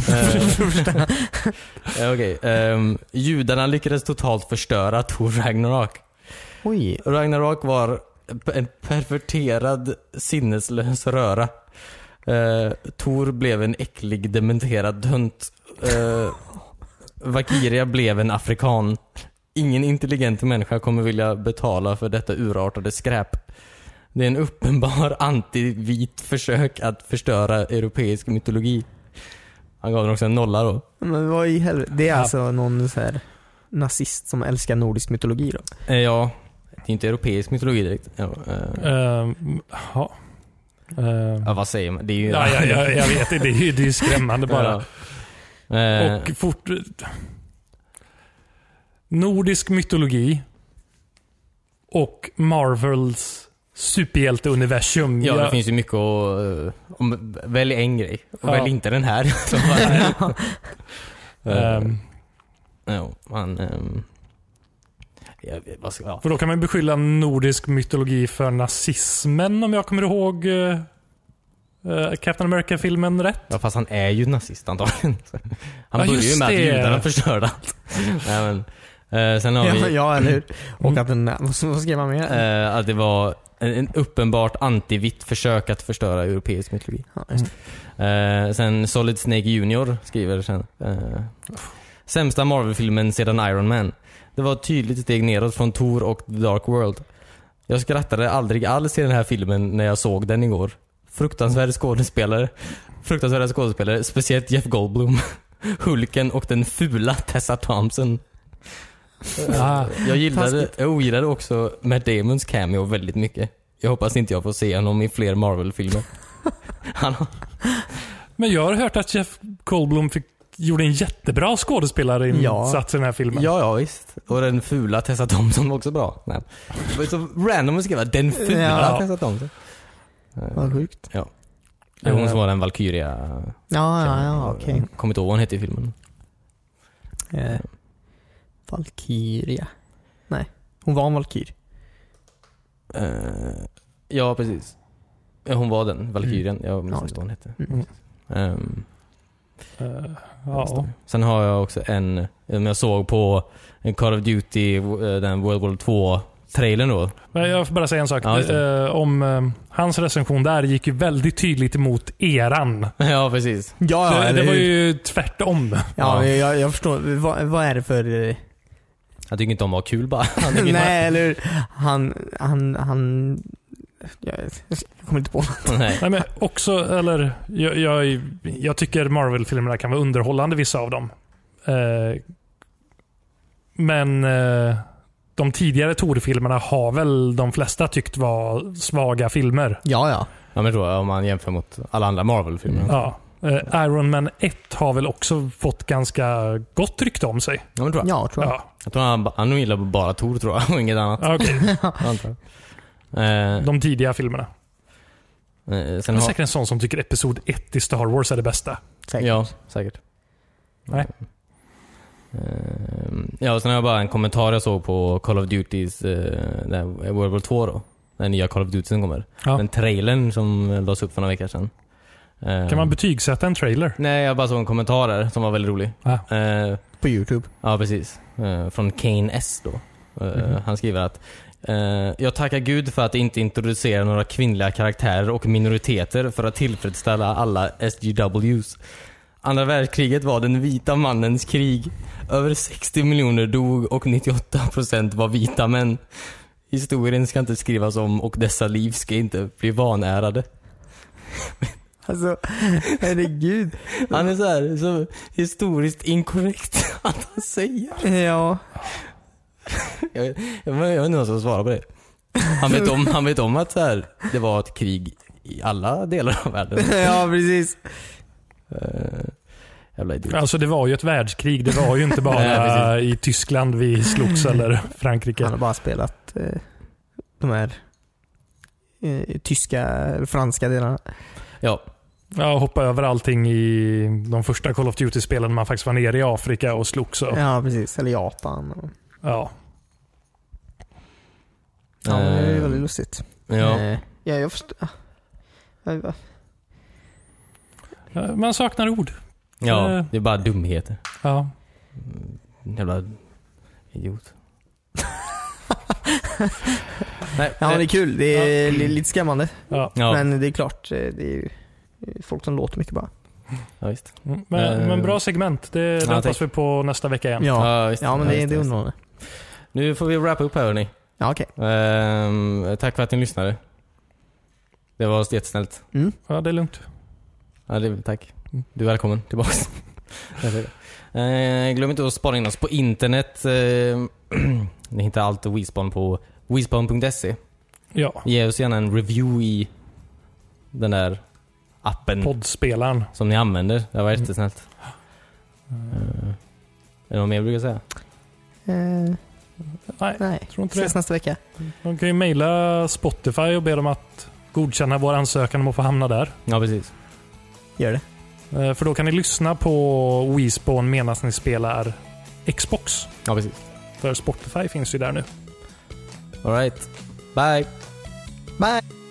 Okej. Judarna lyckades totalt förstöra Thor Ragnarok. Oj. Ragnarok var en perverterad sinneslös röra. Thor blev en äcklig dementerad tönt. Valkyria blev en afrikan. Ingen intelligent människa kommer vilja betala för detta urartade skräp. Det är en uppenbar anti-vit försök att förstöra europeisk mytologi. Han gav den också en 0 då. Men vad i helvete? Det är alltså någon så här nazist som älskar nordisk mytologi då? Ja, det är inte europeisk mytologi direkt. Vad säger man? Det är ju... jag vet det. Det är ju skrämmande bara. Och nordisk mytologi och Marvels superhjälteuniversum. Ja, det finns ju mycket att... välj en grej. Och välj inte den här. För då kan man beskylla nordisk mytologi för nazismen, om jag kommer ihåg Captain America-filmen rätt. Ja, fast han är ju nazist antagligen. Han börjar ju med att judarna förstörde allt. Nej, men, sen har vi... Ja, eller hur? Och att vad skrev man med? Att det var en uppenbart anti-vitt försök att förstöra europeisk mytologi. Ja, sen Solid Snake Junior skriver sen. Sämsta Marvel-filmen sedan Iron Man. Det var ett tydligt steg neråt från Thor och The Dark World. Jag skrattade aldrig alls i den här filmen när jag såg den igår. Fruktansvärda skådespelare, speciellt Jeff Goldblum, Hulken och den fula Tessa Thompson. Jag gillade också Matt Damons cameo väldigt mycket. Jag hoppas inte jag får se honom i fler Marvel-filmer. Men jag har hört att Jeff Goldblum gjorde en jättebra skådespelarinsats i den här filmen. Ja, visst. Och den fula Tessa Thompson var också bra. Nej. Det var så random att skriva den fula Tessa Thompson. Vad sjukt. Ja. Det var hon som var den Valkyria. Ja, okej. Kommer inte ihåg vad hon hette i filmen. Valkyria. Nej, hon var en valkyr. Ja, precis. Hon var den, Valkyrien. Jag minns inte vad hon hette. Sen har jag också en jag såg på en Call of Duty, den World War 2-trailern då. Jag får bara säga en sak. Om hans recension där gick ju väldigt tydligt emot eran. Ja, precis. Ja, det var ju tvärtom. Ja, jag förstår. Vad är det för... Jag tycker inte om att ha kul bara. Nej, eller han jag kommer inte på något. Nej, men också, eller jag tycker Marvel-filmerna kan vara underhållande, vissa av dem. Men de tidigare Thor-filmerna har väl de flesta tyckt var svaga filmer. Ja, men tror jag, om man jämför mot alla andra Marvel-filmer. Ja. Iron Man 1 har väl också fått ganska gott rykte om sig. Ja, men tror jag. Ja, tror jag. Ja. Jag tror han gillar bara Thor, tror jag, och inget annat. Okej. De tidiga filmerna. Sen säkert en sån som tycker episod 1 i Star Wars är det bästa. Säkert. Ja, säkert. Nej. Ja, sen har jag bara en kommentar jag såg på Call of Duty's World War 2 då. Den nya Call of Duty som kommer. Ja. Den trailern som lades upp för några veckor sedan. Kan man betygsätta en trailer? Nej, jag bara såg en kommentar där som var väldigt rolig. På YouTube? Ja, precis. Från Kane S då. Han skriver att jag tackar Gud för att inte introducera några kvinnliga karaktärer och minoriteter för att tillfredsställa alla SJWs. Andra världskriget var den vita mannens krig. Över 60 miljoner dog och 98% var vita män. Historien ska inte skrivas om och dessa liv ska inte bli vanärade. Alltså, herregud. Han är så här, så historiskt inkorrekt att han säger. Ja. Jag vet inte vad som svarar på det. Han vet om att så här, det var ett krig i alla delar av världen. Ja, precis. jävla idiot. Alltså det var ju ett världskrig. Det var ju inte bara i Tyskland vi slogs eller Frankrike. Han har bara spelat de här tyska eller franska delarna. Ja. Ja, hoppa över allting i de första Call of Duty-spelen när man faktiskt var nere i Afrika och slogs. Ja, precis. Eller Japan. Ja. Ja, det är väldigt lustigt. Ja. Jag förstår. Man saknar ord. Ja, det är bara dumheter. Ja. Jävla idiot. Nej, ja, men det är kul. Det är lite skrämmande. Ja. Men det är klart, det är ju folk som låter mycket bara. Ja, visst. Men bra segment. Det hoppas vi på nästa vecka igen. Ja, visst. Ja, men det är underhållande. Nu får vi wrap upp här, hörni. Ja, okej. Tack för att ni lyssnade. Det var jättesnällt. Ja, det är lugnt. Ja, tack. Du är välkommen tillbaka. Glöm inte att spara in oss på internet. Ni hittar allt WeSpawn på WeSpawn.se. Ja. Ge oss gärna en review i den där appen. Poddspelaren. Som ni använder. Det var jättesnällt. Är det något mer du brukar säga? Nej, tror inte det. Ses nästa vecka. De kan ju mejla Spotify och be dem att godkänna vår ansökan om att få hamna där. Ja, precis. Gör det. För då kan ni lyssna på WeSpawn medan ni spelar Xbox. Ja, precis. För Spotify finns ju där nu. All right. Bye. Bye.